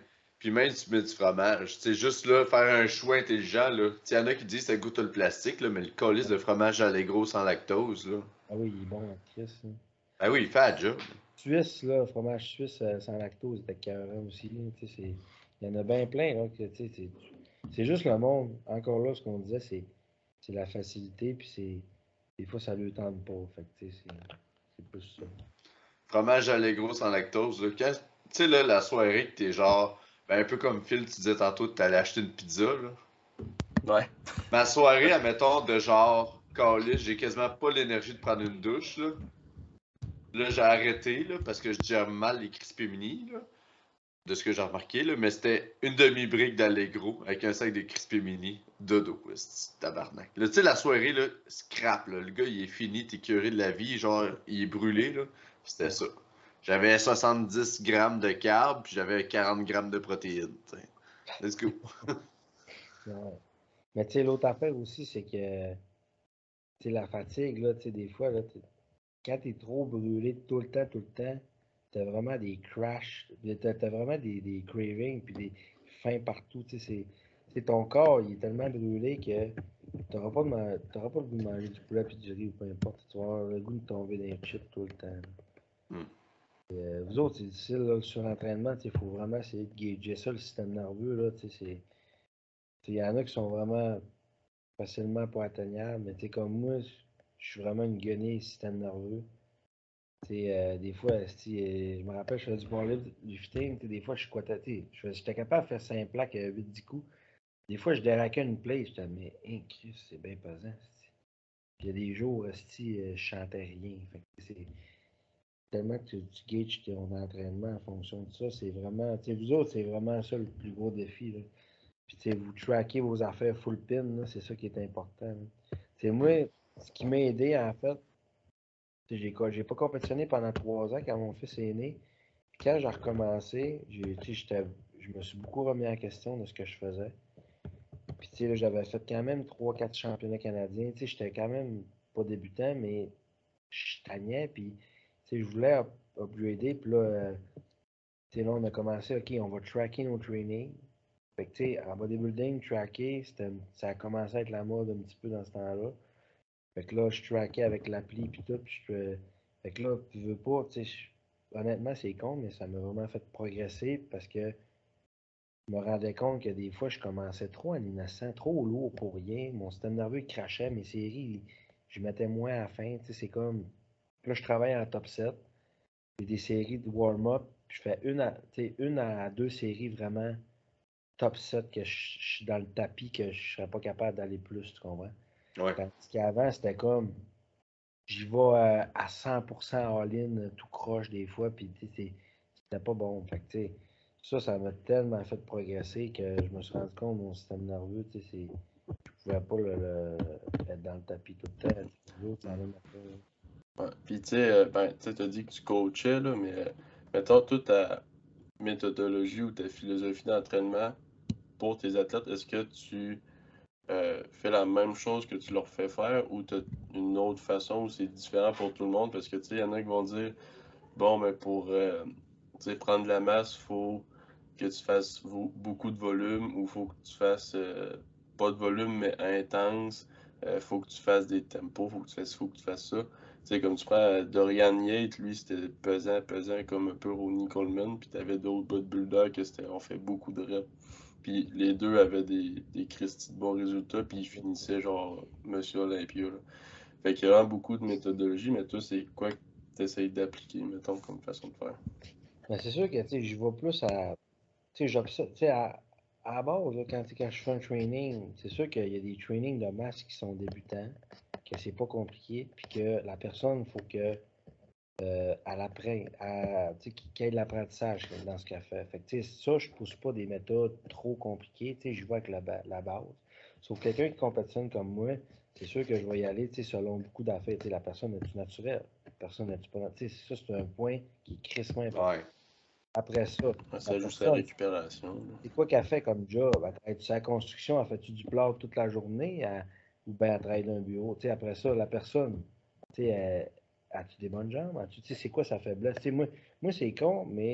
Puis même si tu mets du fromage, tu sais, juste là, faire un choix intelligent, là. Il y en a qui disent que ça goûte le plastique, là, mais le calice de fromage Allegro sans lactose, là. Ah oui, il est bon, Chris. Hein. Ben oui, il fait la job. Suisse, là, fromage suisse euh, sans lactose, c'était écœurant aussi. Là, tu sais, c'est- il y en a bien plein. Là, que, tu sais, c'est c'est juste le monde. Encore là, ce qu'on disait, c'est c'est la facilité. Puis c'est des fois, ça ne le tente pas. Fait que, tu sais, c'est c'est plus ça. Fromage Allegro sans lactose, là. Quand, tu sais, là, la soirée que t'es genre, ben un peu comme Phil, tu disais tantôt que t'allais acheter une pizza, là. Ouais. Ma soirée, admettons, de genre, calice, j'ai quasiment pas l'énergie de prendre une douche, là. Là, j'ai arrêté, là, parce que je gère mal les crispy mini, là. De ce que j'ai remarqué, là, mais c'était une demi-brique d'Allegro avec un sac de crispy mini. Dodo, c'est tabarnak. Là, tu sais, la soirée, là, scrap, là. Le gars, il est fini, t'es curé de la vie, genre, il est brûlé, là. C'était ça. J'avais soixante-dix grammes de carbs, puis j'avais quarante grammes de protéines, t'sais. Let's go. Ouais. Mais tu sais, l'autre affaire aussi, c'est que tu sais, la fatigue, là, tu sais, des fois, là, t'es- quand tu es trop brûlé tout le temps, tout le temps, tu as vraiment des crashs, tu as, vraiment des, des cravings, puis des faims partout. Tu sais, c'est, c'est ton corps, il est tellement brûlé que tu n'auras pas, de ma- t'auras pas le goût de manger du poulet puis du riz ou peu importe. Tu vas avoir le goût de tomber dans les chips tout le temps. Là. Hmm. Euh, vous autres, c'est difficile, là, le surentraînement, il faut vraiment essayer de gager ça, le système nerveux. Là, tu sais, c'est, il y en a qui sont vraiment facilement pas atteignables, mais tu sais, comme moi, je suis vraiment une guenille système nerveux. T'sais, euh, des fois, esti, euh, je me rappelle, je faisais du powerlifting, t'sais, des fois, je squattais, t'sais, je faisais- j'étais capable de faire cinq plaques à huit dix coups. Des fois, je déraquais une play, j'étais, mais, hein, Christ, c'est bien pesant. esti. Puis il y a des jours, esti, euh, je chantais rien. Fait que c'est tellement que tu, tu gages ton entraînement en fonction de ça. C'est vraiment, t'sais, vous autres, c'est vraiment ça le plus gros défi. Là. Puis, t'sais, vous traquez vos affaires full pin, là, c'est ça qui est important. Là. T'sais, moi, ce qui m'a aidé, en fait, t'sais, j'ai quoi, j'ai pas compétitionné pendant trois ans quand mon fils est né. Puis quand j'ai recommencé, j'ai, tu sais, j'étais- je me suis beaucoup remis en question de ce que je faisais. Puis tu sais, là, j'avais fait quand même trois quatre championnats canadiens. Tu sais, j'étais quand même pas débutant, mais je stagnais. Puis tu sais, je voulais up- upgrader. Puis là, euh, tu sais, là, on a commencé, OK, on va tracker nos trainings. Fait que tu sais, en bodybuilding, tracker, c'était, ça a commencé à être la mode un petit peu dans ce temps-là. Fait que là, je traquais avec l'appli puis tout. Puis je, fais- fait que là, tu veux pas, tu sais, je- honnêtement, c'est con, mais ça m'a vraiment fait progresser parce que je me rendais compte que des fois, je commençais trop en innocent, trop lourd pour rien. Mon système nerveux il crachait, mes séries, je mettais moins à la fin. Tu sais, c'est comme. Là, je travaille en top sept. J'ai des séries de warm-up. Je fais une à, tu sais, une à deux séries vraiment top sept que je, je suis dans le tapis, que je serais pas capable d'aller plus, tu comprends? Ouais. Tandis qu'avant, c'était comme. J'y vais euh, à cent pour cent all-in, euh, tout croche des fois, puis tu sais, c'est- c'était pas bon. Fait que, tu sais, ça, ça m'a tellement fait progresser que je me suis rendu compte que mon système nerveux, tu sais, c'est- je pouvais pas le, le- être dans le tapis tout le temps. Les autres, c'est la même affaire. Ouais. Puis tu sais, euh, ben, tu sais, t'as dit que tu coachais, là, mais euh, mettons toute ta méthodologie ou ta philosophie d'entraînement pour tes athlètes, est-ce que tu euh, fais la même chose que tu leur fais faire ou tu as une autre façon où c'est différent pour tout le monde? Parce que tu sais, il y en a qui vont dire, bon, mais pour euh, tu sais, prendre de la masse, faut que tu fasses vo- beaucoup de volume ou faut que tu fasses euh, pas de volume mais intense. Euh, faut que tu fasses des tempos, faut que tu fasses, faut que tu fasses ça. Tu sais, comme tu prends euh, Dorian Yates, lui c'était pesant, pesant comme un peu Ronnie Coleman, puis t'avais d'autres bodybuilders que c'était on fait beaucoup de reps. Puis les deux avaient des, des Christy de bons résultats, puis ils finissaient genre Monsieur Olympia. Là. Fait qu'il y a vraiment beaucoup de méthodologie, mais toi, c'est quoi que tu essayes d'appliquer, mettons, comme façon de faire? Mais c'est sûr que, tu sais, je vais plus à. Tu sais, j'observe, tu sais, à, à la base, là, quand, tu sais, quand je fais un training, c'est sûr qu'il y a des trainings de masse qui sont débutants, que c'est pas compliqué, puis que la personne, il faut que euh, à l'apprenne, à, tu sais, qu'il y ait de l'apprentissage dans ce qu'elle fait. Fait que, tu sais, ça, je pousse pas des méthodes trop compliquées, tu sais, je vais avec la, ba- la base. Sauf quelqu'un qui compétitionne comme moi, c'est sûr que je vais y aller, tu sais, selon beaucoup d'affaires. Tu sais, la personne est-tu naturelle? La personne est-tu pas naturelle? Tu sais, ça, c'est un point qui est crissement important. Ouais. Après ça, Ouais, la ça ajoute sa personne, récupération. Là. c'est quoi qu'elle fait comme job? Elle travaille sa construction, elle fait-tu du plâtre toute la journée? Elle- ou bien elle travaille dans un bureau? Tu sais, après ça, la personne, tu sais, elle- as-tu des bonnes jambes? As-tu, tu sais, c'est quoi sa faiblesse? Tu sais, moi, moi c'est con, mais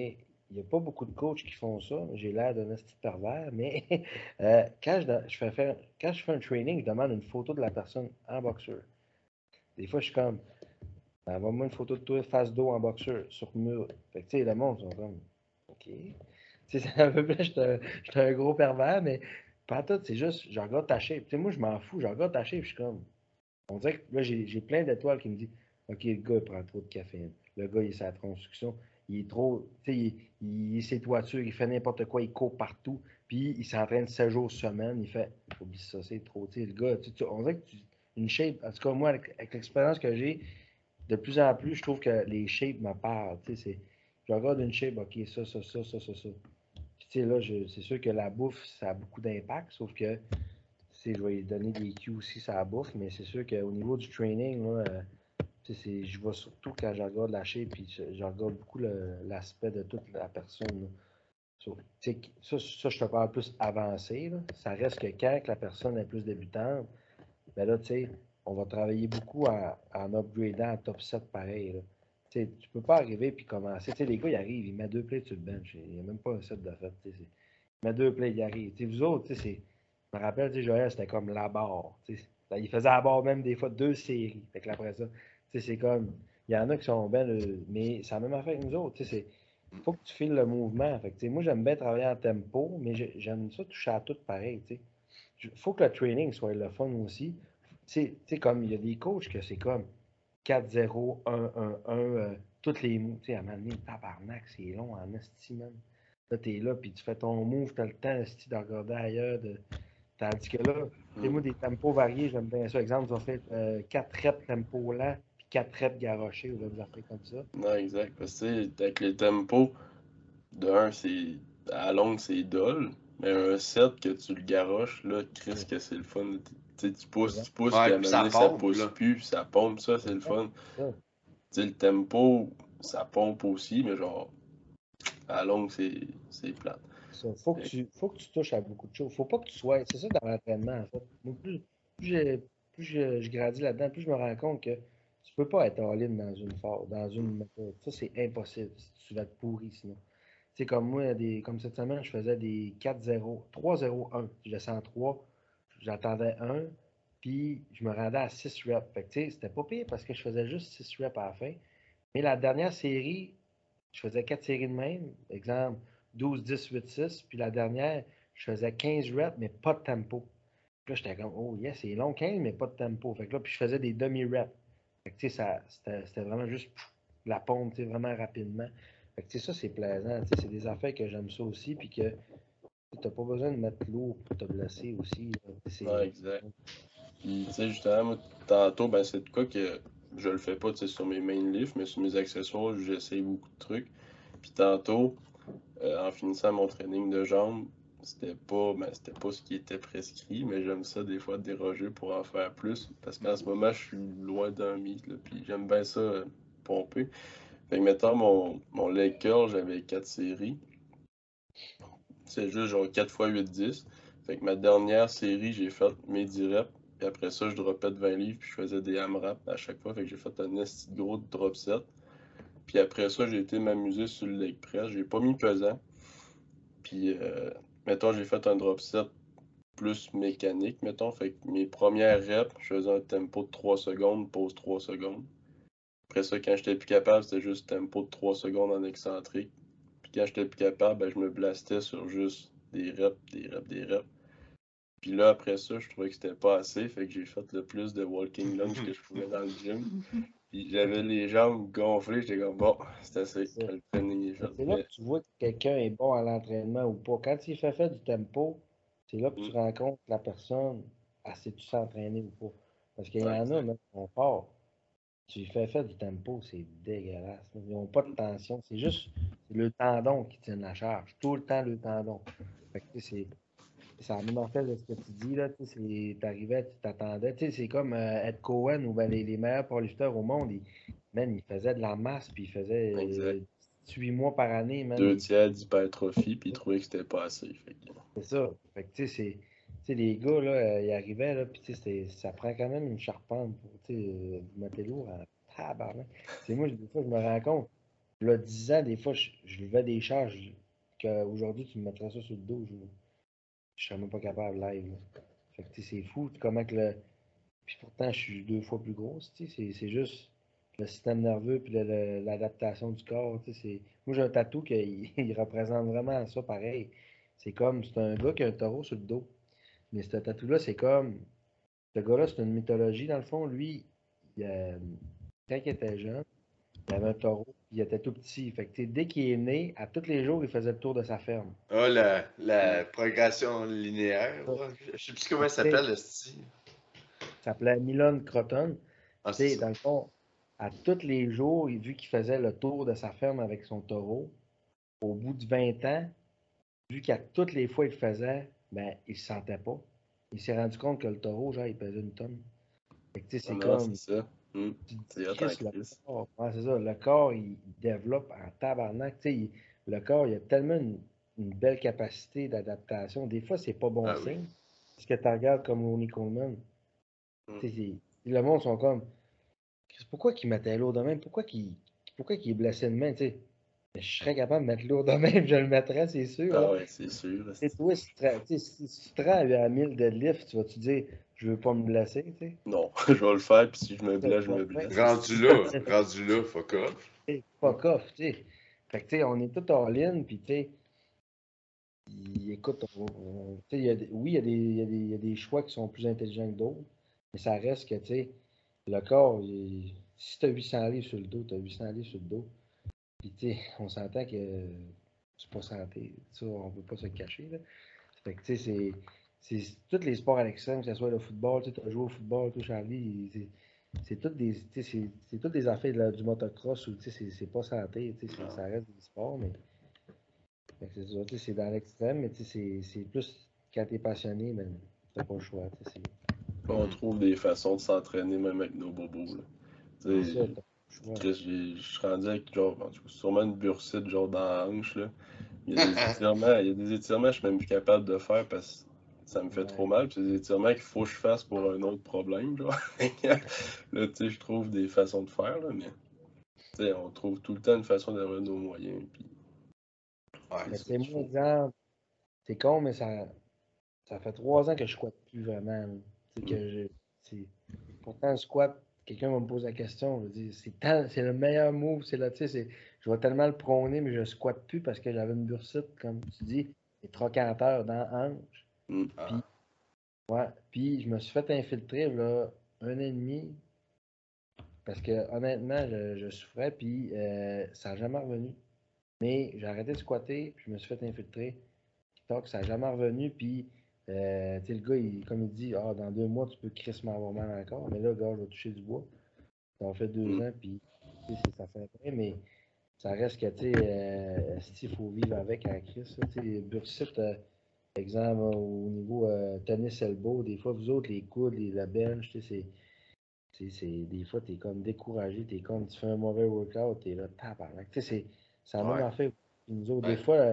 il n'y a pas beaucoup de coachs qui font ça. J'ai l'air d'un petit pervers, mais euh, quand, je, je fais faire, quand je fais un training, je demande une photo de la personne en boxeur. Des fois, je suis comme, envoie-moi une photo de toi face d'eau en boxeur sur le mur. Fait que, tu sais, le monde, ils sont comme, OK. Tu sais, c'est un peu plus, je suis un, je suis un gros pervers, mais pas tout, c'est juste, je regarde ta shape. Tu sais, moi, je m'en fous, je regarde ta shape, je suis comme, on dirait que là, j'ai j'ai plein d'étoiles qui me disent, OK, le gars, il prend trop de caféine. Le gars, il est sa construction. Il est trop, tu sais, il, il, il ses toitures, il fait n'importe quoi, il court partout. Puis, il s'entraîne sept jours semaine. Il fait, oublie ça, c'est trop. Tu sais, le gars, tu, tu, on dirait que tu, une shape, en tout cas, moi, avec, avec l'expérience que j'ai, de plus en plus, je trouve que les shapes me parlent. Tu sais, c'est, je regarde une shape, OK, ça, ça, ça, ça, ça, ça. Puis, tu sais, là, je- c'est sûr que la bouffe, ça a beaucoup d'impact, sauf que, tu sais, je vais lui donner des cues aussi, ça la bouffe, mais c'est sûr qu'au niveau du training, là, euh, tu sais, c'est- je vois surtout quand je regarde la shape, puis je, je regarde beaucoup le- l'aspect de toute la personne. Là. So, tu sais, ça, ça, je te parle plus avancé. Là. Ça reste que quand que la personne est plus débutante, ben là, tu sais, on va travailler beaucoup en, en upgradant à top sept pareil. Là. Tu sais, tu peux pas arriver puis commencer. Tu sais, les gars, ils arrivent, ils mettent deux plays sur le bench. Il n'y a même pas un set de fait. Tu sais, c'est- ils mettent deux plays, ils arrivent. Tu sais, vous autres, tu sais, c'est- je me rappelle, tu sais, Joël, c'était comme la barre. Tu sais. Là, il faisait à la barre même des fois deux séries. Fait que là, après ça, tu sais, c'est comme. Il y en a qui sont belles, mais c'est la même affaire que nous autres. Tu sais, c'est. Faut que tu files le mouvement. Fait que, tu sais, moi, j'aime bien travailler en tempo, mais j'ai- j'aime ça toucher à tout pareil. Tu sais. Il faut que le training soit le fun aussi. Tu sais, comme il y a des coachs que c'est comme quatre zéro, un un un, euh, toutes les moves. Tu sais, à un moment donné, tabarnak, c'est long en esti, man. Là, t'es là, puis tu fais ton move, t'as le temps esti, de regarder ailleurs. De... Tandis que là, tu sais, Mm. moi, des tempos variés, j'aime bien ça. Exemple, tu vas faire euh, quatre reps tempo lent, puis quatre reps garochés, ou des affaires comme ça. Non, exact. Parce que, tu sais, avec les tempos, de un, c'est à longue, c'est dole. Mais un set que tu le garoches, là, Chris, Ouais, que c'est le fun. Tu sais, tu c'est pousses, vrai. tu pousses, puis Ouais, à un puis moment ça donné, ça pompe, pousse là. plus, puis ça pompe, ça, c'est le Ouais, fun. c'est ça. Tu sais, le tempo, ça pompe aussi, mais genre, à longue, c'est c'est plate. Ça. Faut que Fait tu, faut que tu touches à beaucoup de choses. Faut pas que tu sois. C'est ça dans l'entraînement, en fait. Moi, plus, plus, je, plus je, je grandis là-dedans, plus je me rends compte que tu peux pas être all-in dans une phase, dans que, une méthode. Ça, c'est impossible. Tu vas être pourri sinon. C'est comme moi, des, comme cette semaine, je faisais des quatre zéro, trois zéro un. Je descends en trois, j'attendais un, puis je me rendais à six reps. Fait que, tu sais, c'était pas pire parce que je faisais juste six reps à la fin. Mais la dernière série, je faisais quatre séries de même. Exemple, douze, dix, huit, six. Puis la dernière, je faisais quinze reps, mais pas de tempo. Puis là, j'étais comme, oh yes, c'est long, quinze, mais pas de tempo. Fait que là, puis je faisais des demi-reps. Fait que, tu sais, ça, c'était, c'était vraiment juste pff, la pompe, tu sais, vraiment rapidement. Fait que, tu sais, ça, c'est plaisant. Tu sais, c'est des affaires que j'aime ça aussi. Puis que tu n'as pas besoin de mettre lourd pour te blesser aussi. Là. non, C'est. exact. Puis, tu sais, justement, moi, tantôt, ben, c'est de quoi que je le fais pas, tu sais, sur mes main lifts, mais sur mes accessoires, j'essaye beaucoup de trucs. Puis tantôt, euh, en finissant mon training de jambes, c'était pas, ben, c'était pas ce qui était prescrit, mais j'aime ça des fois déroger pour en faire plus. Parce qu'en ce moment, je suis loin d'un meet, là, puis j'aime bien ça euh, pomper. Fait que mettons mon, mon leg curl, j'avais quatre séries. C'est juste genre quatre fois huit dix. Fait que ma dernière série, j'ai fait mes dix reps. Puis après ça, je dropais de vingt livres, puis je faisais des AMRAP à chaque fois. Fait que j'ai fait un esti de gros drop set. Puis après ça, j'ai été m'amuser sur le leg press. J'ai pas mis pesant. Puis, euh, mettons, j'ai fait un drop set plus mécanique, mettons. Fait que mes premières reps, je faisais un tempo de trois secondes, pause trois secondes. Après ça, quand j'étais plus capable, c'était juste tempo de trois secondes en excentrique. Puis quand j'étais plus capable, ben, je me blastais sur juste des reps, des reps, des reps. Puis là, après ça, je trouvais que c'était pas assez, fait que j'ai fait le plus de walking lunge que je pouvais dans le gym. Puis j'avais les jambes gonflées, j'étais comme bon, c'est assez, C'est ça. le training est Mais fait. c'est là que Mais tu vois que quelqu'un est bon à l'entraînement ou pas. Quand il fait faire du tempo, c'est là que mm, tu rencontres la personne, ah, sais-tu s'entraîner ou pas. Parce qu'il y ouais, en a, exact. même, qui sont forts. Tu lui fais faire du tempo, c'est dégueulasse. Ils n'ont pas de tension. C'est juste c'est le tendon qui tient la charge. Tout le temps, le tendon. Fait que, tu sais, c'est c'est la même affaire de ce que tu dis, là. Tu sais, c'est- t'arrivais, tu t'attendais. Tu sais, c'est comme euh, Ed Cohen ou ben, les, les meilleurs powerlifters au monde. Ils, man, ils faisaient de la masse, puis ils Exact. faisaient huit mois par année, man. Deux Des tiers d'hypertrophie, puis ils trouvaient que c'était pas assez. Fait que, c'est ça. Fait que, tu sais, c'est. Tu sais, les gars, là, euh, ils arrivaient, là, puis, tu sais, c'était- ça prend quand même une charpente pour, tu sais, euh, vous mettez lourd à tabarnak. Tu sais, moi, des fois, je me rends compte. Là, dix ans, des fois, je, je levais des charges qu'aujourd'hui, tu me mettrais ça sur le dos, je, je serais même pas capable live. Là. Fait que, tu sais, c'est fou comment que le. Puis pourtant, je suis deux fois plus grosse, tu sais, c'est c'est juste le système nerveux puis le- le- l'adaptation du corps, tu sais, c'est. Moi, j'ai un tatou qui il, il représente vraiment ça pareil. C'est comme, c'est un gars qui a un taureau sur le dos. Mais ce tatou-là, c'est comme. Ce gars-là, c'est une mythologie, dans le fond. Lui, il, euh, quand il était jeune, il avait un taureau, puis il était tout petit. Fait que, tu sais, dès qu'il est né, à tous les jours, il faisait le tour de sa ferme. Ah, la, Mm. la progression linéaire, Ça. là. Je sais plus comment Fait ça que, tu sais, s'appelle, le style. ça s'appelait Milon Croton. Ah, Puis, tu c'est sais, ça. dans le fond, à tous les jours, il- vu qu'il faisait le tour de sa ferme avec son taureau, au bout de vingt ans, vu qu'à toutes les fois il le faisait, ben, il se sentait pas. Il s'est rendu compte que le taureau, genre, il pesait une tonne. Fait que, tu sais, Ah c'est non, c'est comme, ça. Mm. tu te dis, C'est hot en Chris, le crise. corps, ouais, c'est ça, le corps, il développe en tabarnak. Tu sais, il- le corps, il a tellement une, une belle capacité d'adaptation. Des fois, c'est pas bon Ah oui. signe. Parce que tu regardes comme Ronnie Coleman, Mm. tu sais, c'est- le monde sont comme, Chris, pourquoi qu'il mettait lourd de même? Pourquoi qu'il pourquoi qu'il est blessé de main, tu sais? Mais je serais capable de mettre lourd de même, je le mettrais, c'est sûr, Ah là. ouais, c'est sûr. Et esti. toi, si tu te- tu sais, si- si tu te rends à mille deadlift, tu vas-tu dire, je veux pas me blesser, tu sais? Non, je vais le faire, puis si je me Ça, blesse, tu je vas me le faire. blesse. esti. Rendu là, rendu là, fuck off. Hey, fuck off, tu sais. Fait que, tu sais, on est tous en ligne, puis, tu sais, il- écoute, on- on- tu sais, il y a des- oui, il y a des, il y a des, il y a des choix qui sont plus intelligents que d'autres, mais ça reste que, tu sais, le corps, il- si tu as huit cents livres sur le dos, tu as huit cents livres sur le dos. Puis, tu sais, on s'entend que c'est pas santé. Ça, on peut pas se le cacher, là. Fait que, tu sais, c'est. C'est tous les sports à l'extrême, que ce soit le football, tu as joué au football, toi, Charlie, c'est c'est toutes des, tu sais, c'est c'est toutes des affaires de la- du motocross où, tu sais, c'est c'est pas santé, tu sais, c'est- ça reste des sports, mais fait que c'est ça, tu sais, c'est dans l'extrême, mais tu sais, c'est c'est plus quand t'es passionné, ben, t'as pas le choix, tu sais, c'est On Mhm. trouve des façons de s'entraîner même avec nos bobos. Là. c'est Tu ça, sais, t'as pas le choix. Chris, j'ai- je suis rendu avec genre, en tout cas, sûrement une bursite genre dans la hanche. Là. Il y a des étirements, il y a des étirements que je suis même plus capable de faire parce que ça me fait trop Ouais. mal. Puis c'est des étirements qu'il faut que je fasse pour un autre problème. Genre. Là, tu sais, je trouve des façons de faire, là, mais tu sais, on trouve tout le temps une façon d'avoir nos moyens. Puis Ouais, c'est Mais tu ça sais, qu'il moi, faut. exemple, c'est con, mais ça, ça fait trois ans que je squatte plus vraiment, là. Tu sais, Mm. que je, c'est- pourtant, le squat, quelqu'un va me poser la question, je vais dire, c'est tant- c'est le meilleur move, c'est là, tu sais, c'est- je vais tellement le prôner, mais je squatte plus parce que j'avais une bursite, comme tu dis, et trochanteur dans la hanche. Mm. Ah. Puis, ouais, puis je me suis fait infiltrer, là, un an et demi, parce que honnêtement, je, je souffrais, puis euh, ça n'a jamais revenu. Mais j'ai arrêté de squatter, puis je me suis fait infiltrer. TikTok, ça n'a jamais revenu, puis euh, tu sais, le gars, il, comme il dit, ah, dans deux mois, tu peux crissement avoir mal encore, mais là, gars, je vais toucher du bois. Ça en fait deux Mm. ans, puis tu sais, c'est- ça fait après, mais ça reste que, tu sais, euh, il faut vivre avec en crise. là. Tu sais, Bursite, euh, exemple, au niveau euh, tennis elbow, des fois, vous autres, les coudes, les, la bench, tu sais, c'est. tu sais, c'est- Des fois, tu es comme découragé, tu es comme, tu fais un mauvais workout, tu es là, tabarnak. Tu sais, c'est c'est la même Ouais. affaire. Puis nous autres, des Ouais. fois, euh,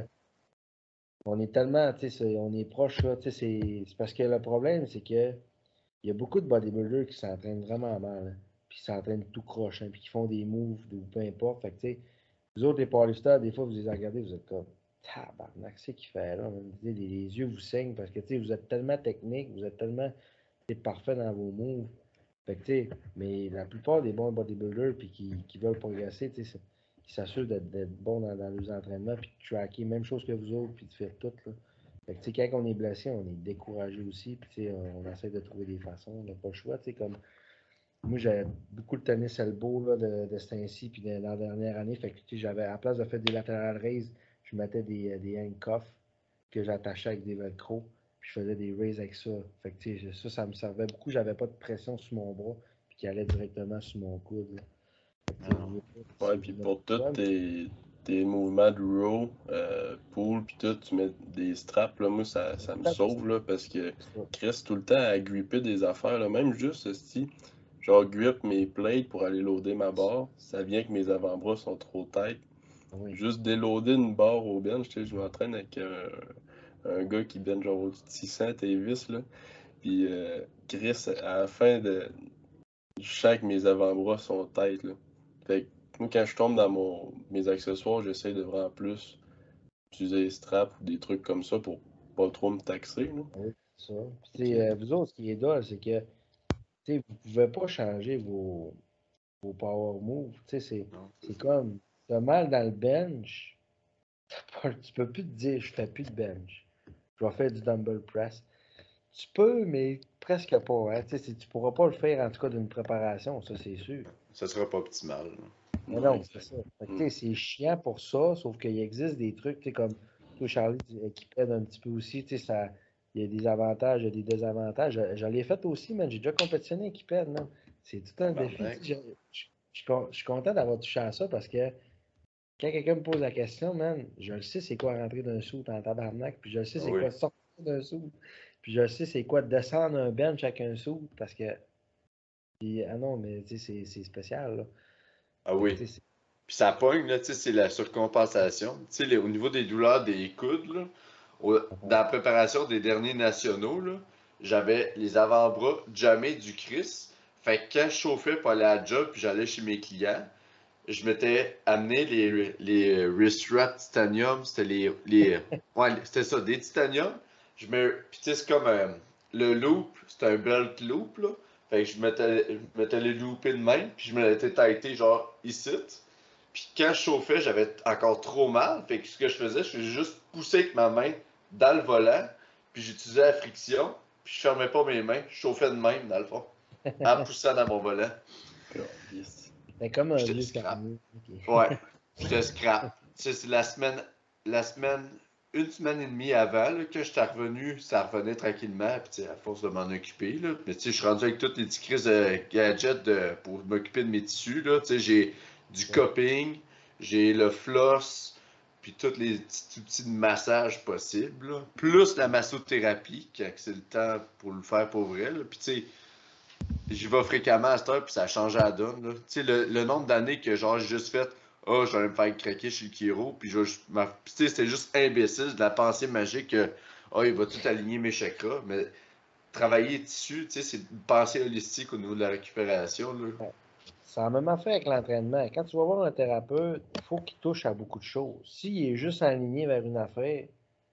on est tellement, tu sais, c'est- on est proche, là, tu sais, c'est c'est parce que le problème, c'est que il y a beaucoup de bodybuilders qui s'entraînent vraiment mal, hein, puis qui s'entraînent tout croche, hein, puis qui font des moves ou peu importe. Fait que, tu sais, vous autres, les powerlifters, des fois, vous les regardez, vous êtes comme, tabarnak, c'est qu'il fait là, man. Tu sais, Les, les yeux vous saignent parce que, tu sais, vous êtes tellement technique, vous êtes tellement tu sais, parfait dans vos moves. Fait que, tu sais, mais la plupart des bons bodybuilders puis qui, qui veulent progresser, tu sais, c'est- ils s'assurent d'être d'être bons dans, dans leurs entraînements puis de tracker même chose que vous autres puis de faire tout, là. Fait que, tu sais, quand on est blessé, on est découragé aussi, puis tu sais, on, on essaie de trouver des façons, on n'a pas le choix, tu sais, comme moi, j'avais beaucoup de tennis elbow là, de, de ce temps-ci, puis de- dans la dernière année, fait que, tu sais, j'avais, à la place de faire des lateral raises, je mettais des, euh, des handcuffs que j'attachais avec des velcro, puis je faisais des raises avec ça. Fait que, tu sais, ça, ça me servait beaucoup, j'avais pas de pression sur mon bras, puis qui allait directement sur mon coude, là. Fait que, tu sais, je veux pas, Ouais, tu- puis je me pour tous ouais, tes, tes mouvements de row, euh, pull, puis tout, tu mets des straps, là, moi, ça, ça me sauve, là, parce que ça. Chris, tout le temps à gripper des affaires, là, même juste, si genre, grip mes plates pour aller loader ma barre, ça vient que mes avant-bras sont trop tight. Oui. Juste déloader une barre au bench, tu sais, je m'entraîne avec un, un gars qui bench genre au-dessus de six cents Tavis, là, puis euh, Chris, à la fin de... Je sens que mes avant-bras sont tight, là. Fait que Moi, quand je tombe dans mon, mes accessoires, j'essaie de vraiment plus utiliser les straps ou des trucs comme ça pour pas trop me taxer. Là. Oui, c'est ça. Puis, tu sais, euh, vous autres, ce qui est drôle, c'est que, tu sais, vous pouvez pas changer vos, vos power moves. Tu sais, c'est, Non, c'est c'est ça. comme, t'as mal dans le bench, tu peux plus te dire, je fais plus de bench. Je vais faire du dumbbell press. Tu peux, mais presque pas. Hein? Tu sais, c'est- tu pourras pas le faire, en tout cas, d'une préparation, ça, c'est sûr. Ça sera pas optimal. Là. Mais Non, non, c'est exact. ça. Fait que, Mm. tu sais, c'est chiant pour ça, sauf qu'il existe des trucs, tu sais, comme toi, Charlie, tu- euh, qui aide un petit peu aussi, tu sais, ça, il y a des avantages, il y a des désavantages. Je- J'en ai fait aussi, man. J'ai déjà compétitionné avec Iped, man. C'est tout un défi. Tabarnak. Tu sais, je, je- je suis con- je suis content d'avoir touché à ça parce que quand quelqu'un me pose la question, man, je le sais c'est quoi rentrer d'un sou en tabarnak, puis je le sais Ah c'est oui. quoi sortir d'un sou, puis je le sais c'est quoi descendre un bench avec un sou, parce que, puis, ah non, mais tu sais, c'est c'est spécial, là. Ah Fait que, oui. tu sais, Puis ça pogne, là, tu sais, c'est la surcompensation. Tu sais, les- au niveau des douleurs des coudes, là, au- dans la c'est- préparation des derniers nationaux, là, j'avais les avant-bras jamais du Chris. Fait que quand je chauffais pour aller à la job, puis j'allais chez mes clients, je m'étais amené les, les wrist wrap titanium. C'était les, les. Ouais, c'était ça, des titanium. Je me. Puis tu sais, c'est comme euh, le loop, c'est un belt loop, là. Fait que je m'étais je m'étais les loopé de même, puis je me l'étais tighté genre ici. Puis quand je chauffais, j'avais encore trop mal. Fait que ce que je faisais, je faisais juste pousser avec ma main dans le volant, puis j'utilisais la friction, puis je fermais pas mes mains, je chauffais de même, dans le fond, en poussant dans mon volant. Yes. c'est comme un J'étais vieux scrap. fermier. Ok. Ouais, j'étais scrap. Tu sais, c'est la semaine, la semaine, une semaine et demie avant là, que j'étais revenu, ça revenait tranquillement, puis tu sais, à force de m'en occuper, là. Mais tu sais, je suis rendu avec toutes les petits crises de gadgets de- pour m'occuper de mes tissus, là. Tu sais, j'ai du cupping, j'ai le floss, puis tous les petits, tout petits massages possibles, là. Plus la massothérapie, quand c'est le temps pour le faire pour vrai, là. Puis tu sais, j'y vais fréquemment à cette heure, puis ça a changé la donne. Là. Tu sais, le, le nombre d'années que genre j'ai juste fait oh, je vais aller me faire craquer chez le Kiro, puis je vais juste m'en- puis tu sais, c'était juste imbécile de la pensée magique que oh, il va tout aligner mes chakras. Mais travailler dessus, tu sais, c'est une pensée holistique au niveau de la récupération. Là. Ouais. C'est la même affaire avec l'entraînement. Quand tu vas voir un thérapeute, il faut qu'il touche à beaucoup de choses. S'il est juste aligné vers une affaire,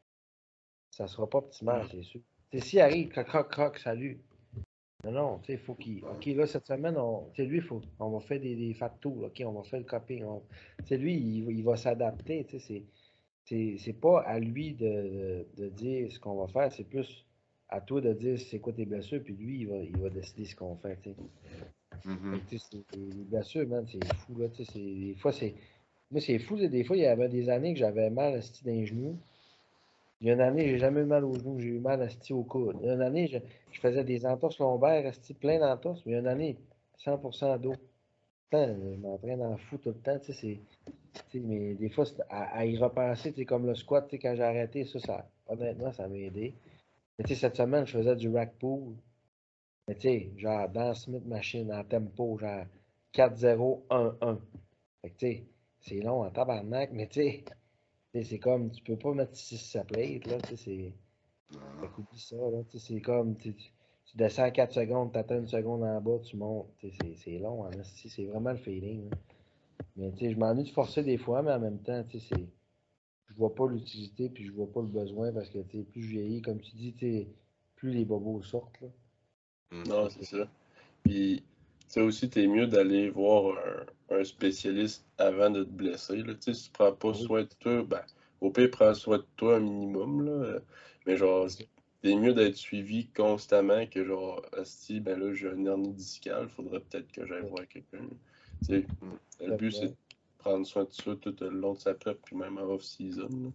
ça sera pas optimal, c'est sûr. Tu sais, s'il arrive, croc, croc, croc, salut. Non, non, tu sais, il faut qu'il. OK, là, cette semaine, on, tu sais, lui, faut, on va faire des, des fat tours. OK, on va faire le coping. on- Tu sais, lui, il, va- il va s'adapter. Tu sais, c'est, c'est, c'est pas à lui de, de, de dire ce qu'on va faire, c'est plus à toi de dire c'est quoi tes blessures, puis lui, il va, il va décider ce qu'on fait, tu sais. Fait Mhm. que, tu sais, c'est- les blessures, man, c'est fou, là, tu sais, c'est- des fois, c'est... Moi, c'est fou, là, des fois, il y avait des années que j'avais mal, esti, dans les genoux. Il y a une année, j'ai jamais eu mal aux genoux, j'ai eu mal esti, au coude. Il y a une année, je, je faisais des entorses lombaires, esti, plein d'entorses, mais il y a une année, cent pour cent d'eau. Putain, je m'entraîne en fou tout le temps, tu sais, c'est... tu sais, mais des fois, c'est à, à y repenser, tu sais, comme le squat, tu sais, quand j'ai arrêté, ça, ça, honnêtement, ça m'a aidé. Mais tu sais, cette semaine, je faisais du rack pull. Mais tu sais, genre, dans Smith Machine, en tempo, genre quatre zéro un un. Fait que tu sais, c'est long en tabarnak, mais tu sais, tu sais, c'est comme, tu peux pas mettre six ça plate, là, tu sais, c'est... Fait qu'oublie ça, là, tu sais, c'est comme, tu, tu tu descends quatre secondes, t'attends une seconde en bas, tu montes, tu sais, c'est c'est long, en esti, c'est vraiment le feeling, là. Mais tu sais, je m'ennuie de forcer des fois, mais en même temps, tu sais, c'est... Je vois pas l'utilité, puis je vois pas le besoin, parce que, tu sais, plus je vieillis, comme tu dis, tu sais, plus les bobos sortent, là. Non, Fait c'est que, ça. Puis, tu sais aussi, t'es mieux d'aller voir un, un spécialiste avant de te blesser. Là. Tu sais, si tu prends pas ah oui, soin de toi, ben, au pire, prends soin de toi un minimum. Là. euh, Mais genre, c'est ça. t'es mieux d'être suivi constamment que genre, si ben là, j'ai un hernie discale, faudrait peut-être que j'aille voir quelqu'un. Tu sais, Mhm. le but, c'est de prendre soin de ça tout le long de sa prep, puis même en off-season. là.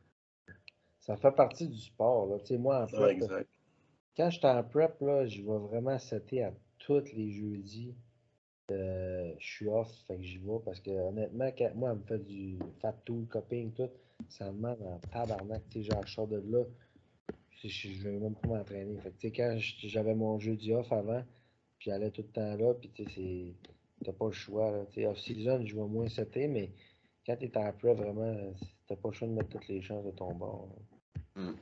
Ça fait partie du sport, là. Tu sais, moi, en Ah, prep, exact. quand j'étais en prep, là, je vais vraiment setter à tous les jeudis. Euh, je suis off, fait que j'y vais parce que honnêtement, quand moi, elle me fait du fat tool, coping, tout, ça me demande en tabarnak, tu sais, genre, je sors de là, je, je, je vais même pas m'entraîner. Fait que, tu sais, quand j- j'avais mon jeudi off avant, puis j'allais tout le temps là, puis tu sais, c'est, t'as pas le choix, là. Tu sais, off-season, je vais moins setter, mais quand t'es en prep, vraiment, t'as pas le choix de mettre toutes les chances de ton bord, là. Mhm.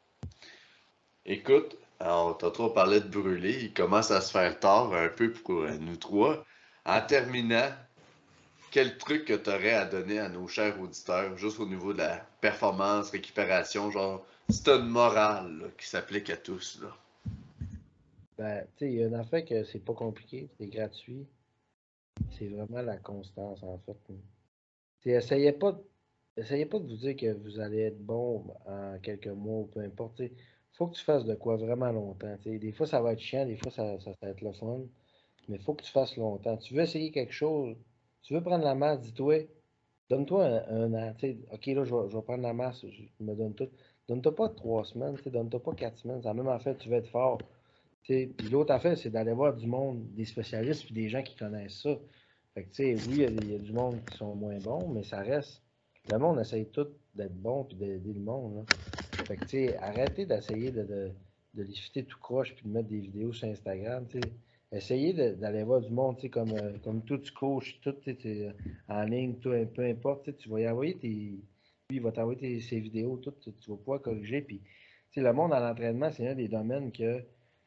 Écoute, alors, t'as trop parlé de brûler, il commence à se faire tard un peu pour euh, nous trois. En terminant, quel truc que tu aurais à donner à nos chers auditeurs, juste au niveau de la performance, récupération, genre, c'est une morale là, qui s'applique à tous, là. Ben, tu sais, il y a un affaire que c'est pas compliqué, c'est gratuit. C'est vraiment la constance, en fait. T'sais, essayez pas, de- essayez pas de vous dire que vous allez être bon en quelques mois ou peu importe. Il faut que tu fasses de quoi vraiment longtemps. T'sais. Des fois, ça va être chiant, des fois, ça, ça va être le fun. Mais il faut que tu fasses longtemps. Tu veux essayer quelque chose, tu veux prendre la masse, dis-toi, donne-toi un, un an. T'sais, OK, là, je vais, je vais prendre la masse, je me donne tout. Donne-toi pas trois semaines, t'sais, donne-toi pas quatre semaines. C'est la même affaire, tu veux être fort. T'sais, puis l'autre affaire, c'est d'aller voir du monde, des spécialistes, puis des gens qui connaissent ça. Fait que, tu sais, oui, il y, a des- il y a du monde qui sont moins bons, mais ça reste. Le monde essaye tout d'être bon puis d'aider le monde, là. Fait que, tu sais, arrêtez d'essayer de, de, de lifter tout croche puis de mettre des vidéos sur Instagram, tu sais. Essayez de- d'aller voir du monde, tu sais, comme, euh, comme tout tu coaches, tout, tu sais, t'es, euh, en ligne, tout, euh, peu importe, tu sais, tu vas y envoyer tes. Lui, il va t'envoyer tes, ses vidéos, tout, tu, tu vas pouvoir corriger. Puis, tu sais, le monde à l'entraînement, c'est un des domaines que.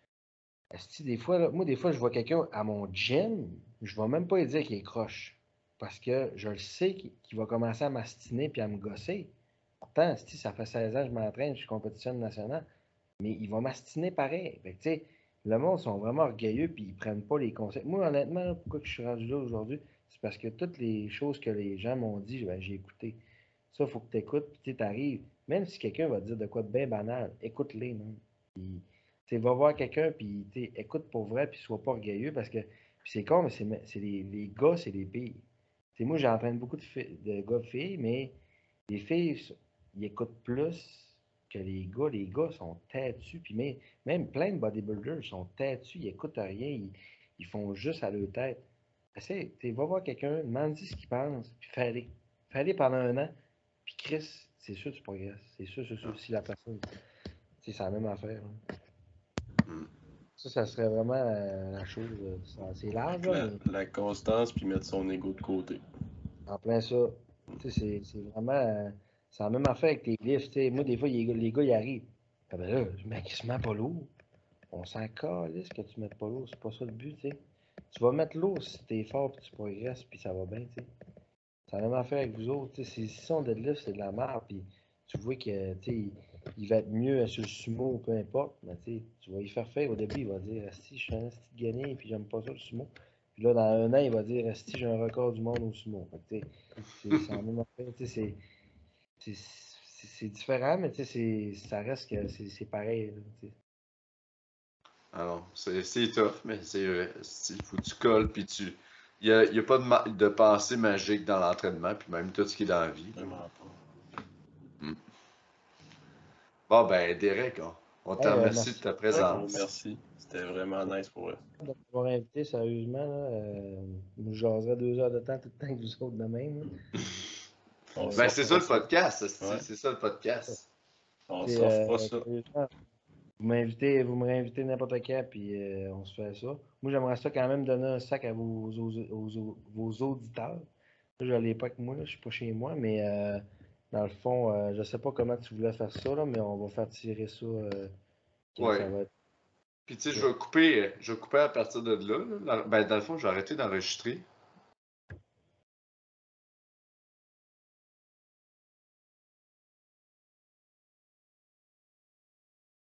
Esti, des fois, là, moi, des fois, je vois quelqu'un à mon gym, je ne vais même pas lui dire qu'il est croche. Parce que je le sais qu'il qu'il va commencer à m'astiner puis à me gosser. Pourtant, esti, ça fait seize ans que je m'entraîne, je suis compétition nationale. Mais il va m'astiner pareil. Fait que, tu sais, le monde sont vraiment orgueilleux puis ils prennent pas les conseils. Moi, honnêtement, là, pourquoi que je suis rendu là aujourd'hui, c'est parce que toutes les choses que les gens m'ont dit, ben, j'ai écouté. Ça, il faut que tu écoutes, puis tu arrives. Même si quelqu'un va te dire de quoi de bien banal, écoute-les, man. Puis, tu sais, va voir quelqu'un, puis tu sais, écoute pour vrai, puis sois pas orgueilleux, parce que puis c'est con, mais c'est c'est les, les gars, c'est les filles. Tu sais, moi, j'entraîne beaucoup de, fi- de gars de filles, mais les filles, ils écoutent plus que les gars. Les gars sont têtus, puis même, même plein de bodybuilders sont têtus, ils écoutent rien, ils, ils font juste à leur tête. Essaye, tu sais, va voir quelqu'un, demande-lui ce qu'il pense, puis fais-le. Fais-le pendant un an, puis Chris, c'est sûr que tu progresses. C'est sûr, c'est sûr, si la personne. Tu sais, c'est la même affaire, hein. Mm. Ça, ça serait vraiment euh, la chose. euh, ça- c'est large, là, La, mais la constance, puis mettre son ego de côté. en plein ça. Tu sais, c'est c'est vraiment. euh, c'est la même affaire avec tes lifts. Tu sais. Moi, des fois, les, gars, les gars, ils arrivent. Ah ben là, je mets quasiment pas lourd. On s'en calisse que tu mettes pas lourd. C'est pas ça le but, tu sais. Tu vas mettre lourd si t'es fort, puis tu progresses, puis ça va bien, tu sais. C'est la même affaire avec vous autres. Tu sais, si si son deadlift, c'est de la merde, puis tu vois que, tu sais, il, il va être mieux sur le sumo, peu importe, mais tu sais, tu vas y faire faire. Au début, il va dire, si je suis un esti de gagné, puis j'aime pas ça le sumo. Puis là, dans un an, il va dire, si j'ai un record du monde au sumo. Fait que, tu sais, c'est c'est la même affaire. Tu sais, c'est c'est- c'est- c'est différent, mais tu sais, c'est- ça reste que c'est c'est pareil, là, tu sais. Alors, c'est c'est tough, mais c'est vrai. Il faut que tu colles, puis tu. Il n'y a, il y a pas de, ma- de pensée magique dans l'entraînement, puis même tout ce qui est dans la vie. Vraiment pas. Mm. Bon, ben, Derek, on, on te Hey, euh, remercie de merci ta beaucoup Un gros présence. merci. C'était vraiment nice pour eux. de m'avoir invité, sérieusement. Là, euh, je jaserais deux heures de temps tout le temps que vous autres de même, là. On Euh, Ben, s'en c'est ça fera le ça. podcast, esti, Ouais. c'est ça le podcast. On C'est, s'en fera euh, ça. sérieusement, vous m'invitez, vous me réinvitez n'importe quand, puis euh, on se fait ça. Moi, j'aimerais ça quand même donner un sac à vos, aux- aux- aux- vos auditeurs. Là, je l'ai pas avec moi, là, je suis pas chez moi, mais euh, dans le fond, euh, je sais pas comment tu voulais faire ça, là, mais on va faire tirer ça, euh, que ça Ouais. va être. Puis, tu sais, je vais couper, je vais couper à partir de là, là. Ben, dans le fond, je vais arrêter d'enregistrer.